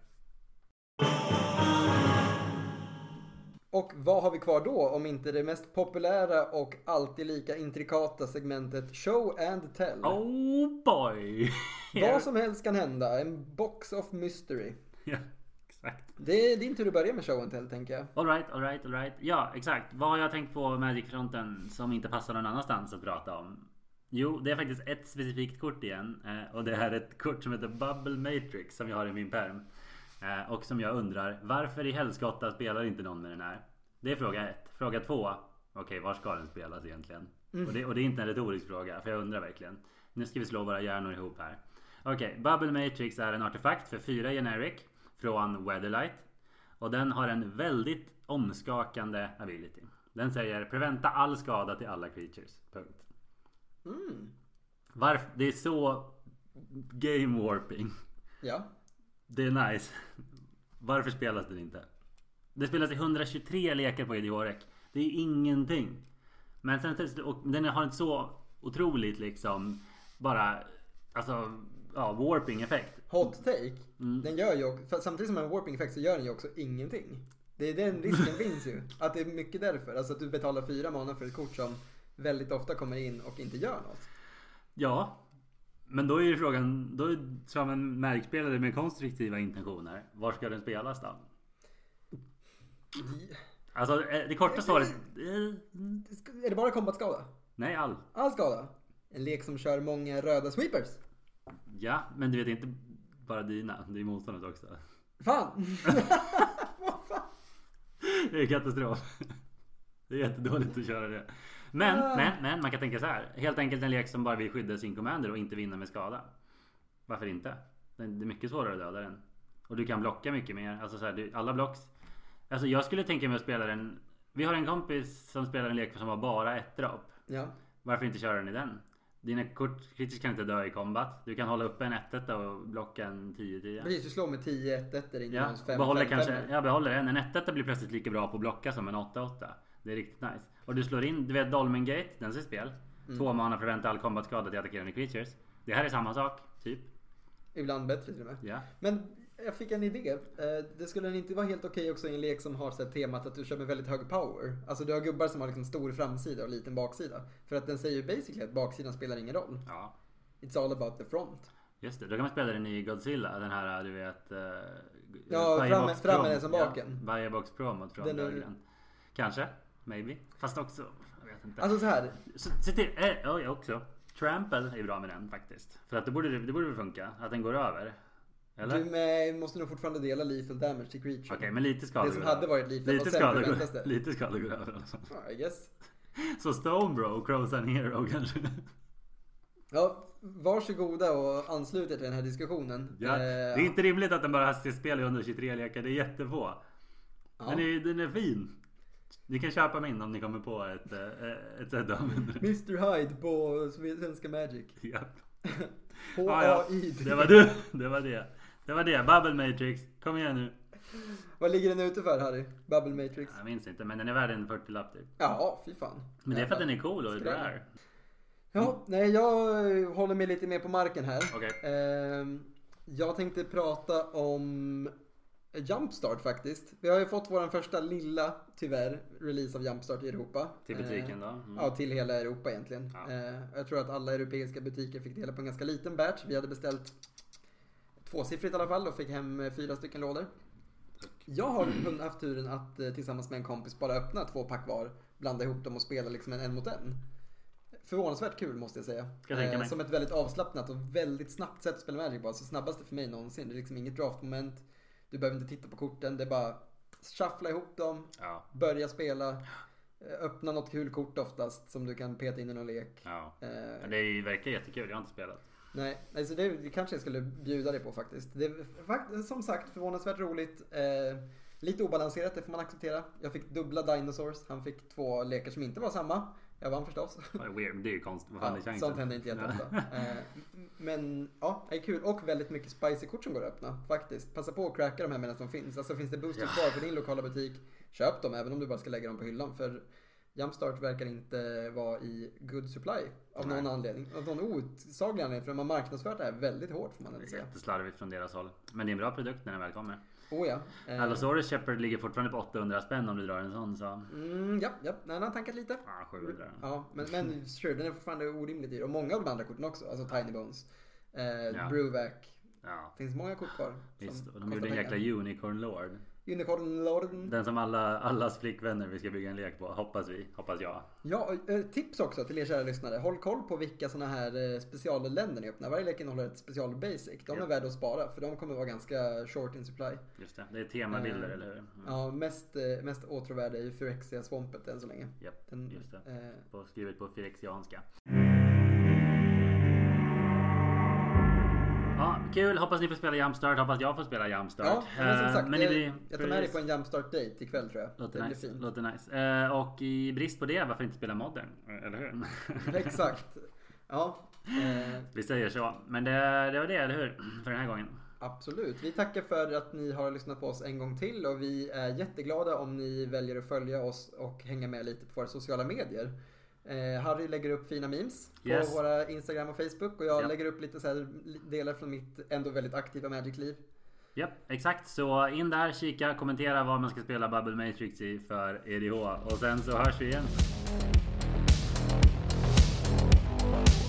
Och vad har vi kvar då om inte det mest populära och alltid lika intrikata segmentet Show and Tell? Oh boy! Vad som helst kan hända. En box of mystery. Ja, exakt. Det är din tur att börja med Show and Tell, tänker jag. All right. Ja, exakt. Vad har jag tänkt på Magic-fronten som inte passar någon annanstans att prata om? Jo, det är faktiskt ett specifikt kort igen. Och det här är ett kort som heter Bubble Matrix som jag har i min pärm. Och som jag undrar, varför i helskotta spelar inte någon med den här? Det är fråga 1. Fråga 2. Okej, var ska den spelas egentligen? Och det är inte en retorisk fråga, för jag undrar verkligen. Nu ska vi slå våra hjärnor ihop här. Okej, Bubble Matrix är en artefakt för 4 generic från Weatherlight. Och den har en väldigt omskakande ability. Den säger preventa all skada till alla creatures. Punkt. Det är så game warping. Ja. Det är nice. Varför spelas den inte? Det spelas i 123 lekar på EDH-rek. Det är ingenting. Men sen, och den har en så otroligt liksom bara alltså warping effekt. Hot take. Den gör ju samtidigt som en warping effekt så gör den ju också ingenting. Det är den risken finns ju. Att det är mycket därför. Alltså att du betalar 4 mana för ett kort som väldigt ofta kommer in och inte gör något. Ja. Men då är ju frågan, då som en märkspelare med konstruktiva intentioner, var ska den spelas då? Alltså det korta svaret. Är det bara kombatskada? Nej, all skada. En lek som kör många röda sweepers. Ja, men du vet inte bara dina, det är motståndet också. Fan. Det är katastrof. Det är jättedåligt att köra det. Men man kan tänka så här. Helt enkelt en lek som bara vill skydda sin commander och inte vinna med skada. Varför inte? Det är mycket svårare att döda den. Och du kan blocka mycket mer. Alltså så här, alla blocks. Alltså jag skulle tänka mig att spela den. Vi har en kompis som spelar en lek som var bara ett drop. Ja. Varför inte köra den i den? Dina kort kritiskt kan inte dö i combat. Du kan hålla upp en 1-1 och blocka en 10-10. Precis, du slår med 10 1-1 in i behåller en 1-1 blir plötsligt lika bra på att blocka som en 8-8. Det är riktigt nice. Och du slår in, du vet Dolmen Gate, den ser spel. 2 mana förväntar all combat-skada till attackerande creatures. Det här är samma sak, typ. Ibland bättre till och med. Ja. Men jag fick en idé. Det skulle inte vara helt okej också i en lek som har så här temat att du kör med väldigt hög power. Alltså du har gubbar som har liksom stor framsida och liten baksida. För att den säger ju basically att baksidan spelar ingen roll. Ja. It's all about the front. Just det, då kan man spela den i Godzilla. Den här, du vet... framme är som baken. Ja, Firebox Pro mot från dörren. Kanske, maybe. Fast också, jag vet inte. Alltså så här. Se till, också. Trample är bra med den faktiskt. För att det borde funka, att den går över. Eller? Du måste nog fortfarande dela lethal damage till creature. Okej, men lite skada. Det som hade varit lethal lite skada går över alltså. I guess. Så Stonebro, Crows and Hero kanske. Ja, varsågoda och ansluta till den här diskussionen. Ja, det är inte rimligt att den bara har spel i 123 lekar. Det är jättefå. Ja. Den är fin. Ni kan köpa min om ni kommer på ett sätt av Mr. Hyde på Svenska Magic. Ja. H-A-I. Det var det. Bubble Matrix. Kom igen nu. Vad ligger den ute för, Harry? Bubble Matrix? Jag minns inte, men den är värd en 40-lapp typ. Ja, fy fan. Men det är för att den är cool och är bra. Ja, nej, jag håller mig lite mer på marken här. Okay. Jag tänkte prata om Jumpstart faktiskt. Vi har ju fått vår första lilla, tyvärr, release av Jumpstart i Europa. Till butiken då? Ja, till hela Europa egentligen. Ja. Jag tror att alla europeiska butiker fick dela på en ganska liten batch. Vi hade beställt 2-siffrigt i alla fall och fick hem 4 stycken lådor. Jag har haft turen att tillsammans med en kompis bara öppna 2 pack var, blanda ihop dem och spela liksom en mot en. Förvånansvärt kul måste jag säga. Som ett väldigt avslappnat och väldigt snabbt sätt att spela Magic på. Alltså snabbaste för mig någonsin. Det är liksom inget draftmoment. Du behöver inte titta på korten. Det är bara shuffla ihop dem. Ja. Börja spela. Öppna något kul kort oftast som du kan peta in i någon lek. Ja. Det verkar jättekul. Jag har inte spelat. Nej, alltså det kanske jag skulle bjuda dig på faktiskt. Det är som sagt förvånansvärt roligt. Lite obalanserat, det får man acceptera. Jag fick dubbla Dinosaurs. Han fick 2 lekar som inte var samma. Jag vann förstås. Weird, det är ju konstigt. Sånt händer inte jätteofta. Men ja, det är kul. Och väldigt mycket spicy kort som går att öppna. Faktiskt. Passa på att cracka de här medan de finns. Alltså finns det boosters kvar på din lokala butik, köp dem även om du bara ska lägga dem på hyllan. För Jumpstart verkar inte vara i good supply av någon anledning. Av någon osaglig anledning. För man marknadsfört det här väldigt hårt får man inte säga. Jätteslarvigt från deras håll. Men det är en bra produkt när den väl kommer. Oh ja. Allosaurus Shepherd ligger fortfarande på 800 spänn om du drar en sån så. Ja. Nej, han har tankat lite. 700. Ja, men sure, den är fortfarande orimligt dyr. Och många av de andra korten också. Alltså Tiny Bones. Brewvac. Ja. Finns många kort kvar. Visst, och de gjorde en jäkla Unicorn Lord. Unicorn Lorden. Den som allas flickvänner vi ska bygga en lek på, hoppas jag. Ja, tips också till er kära lyssnare. Håll koll på vilka såna här specialländer ni öppnar. Varje lek innehåller ett special basic. De är värda att spara för de kommer vara ganska short in supply. Just det, det är temabilder eller hur? Ja, mest åtråvärda är ju Phyrexia svampet än så länge. Japp, just det. Skrivet på Phyrexianska. Ja, kul. Hoppas ni får spela Jumpstart. Hoppas jag får spela Jumpstart. Ja, men som sagt, jag tar med dig på en Jumpstart-date ikväll tror jag. Låter nice. Och i brist på det, varför inte spela Modern? Eller hur? Exakt. Ja. Vi säger så. Men det var det, eller hur? För den här gången. Absolut. Vi tackar för att ni har lyssnat på oss en gång till. Och vi är jätteglada om ni väljer att följa oss och hänga med lite på våra sociala medier. Harry lägger upp fina memes på våra Instagram och Facebook. Och jag lägger upp lite så här delar från mitt ändå väldigt aktiva Magic-liv. Japp, exakt. Så in där, kika, kommentera vad man ska spela Bubble Matrix i för EDH. Och sen så hörs vi igen.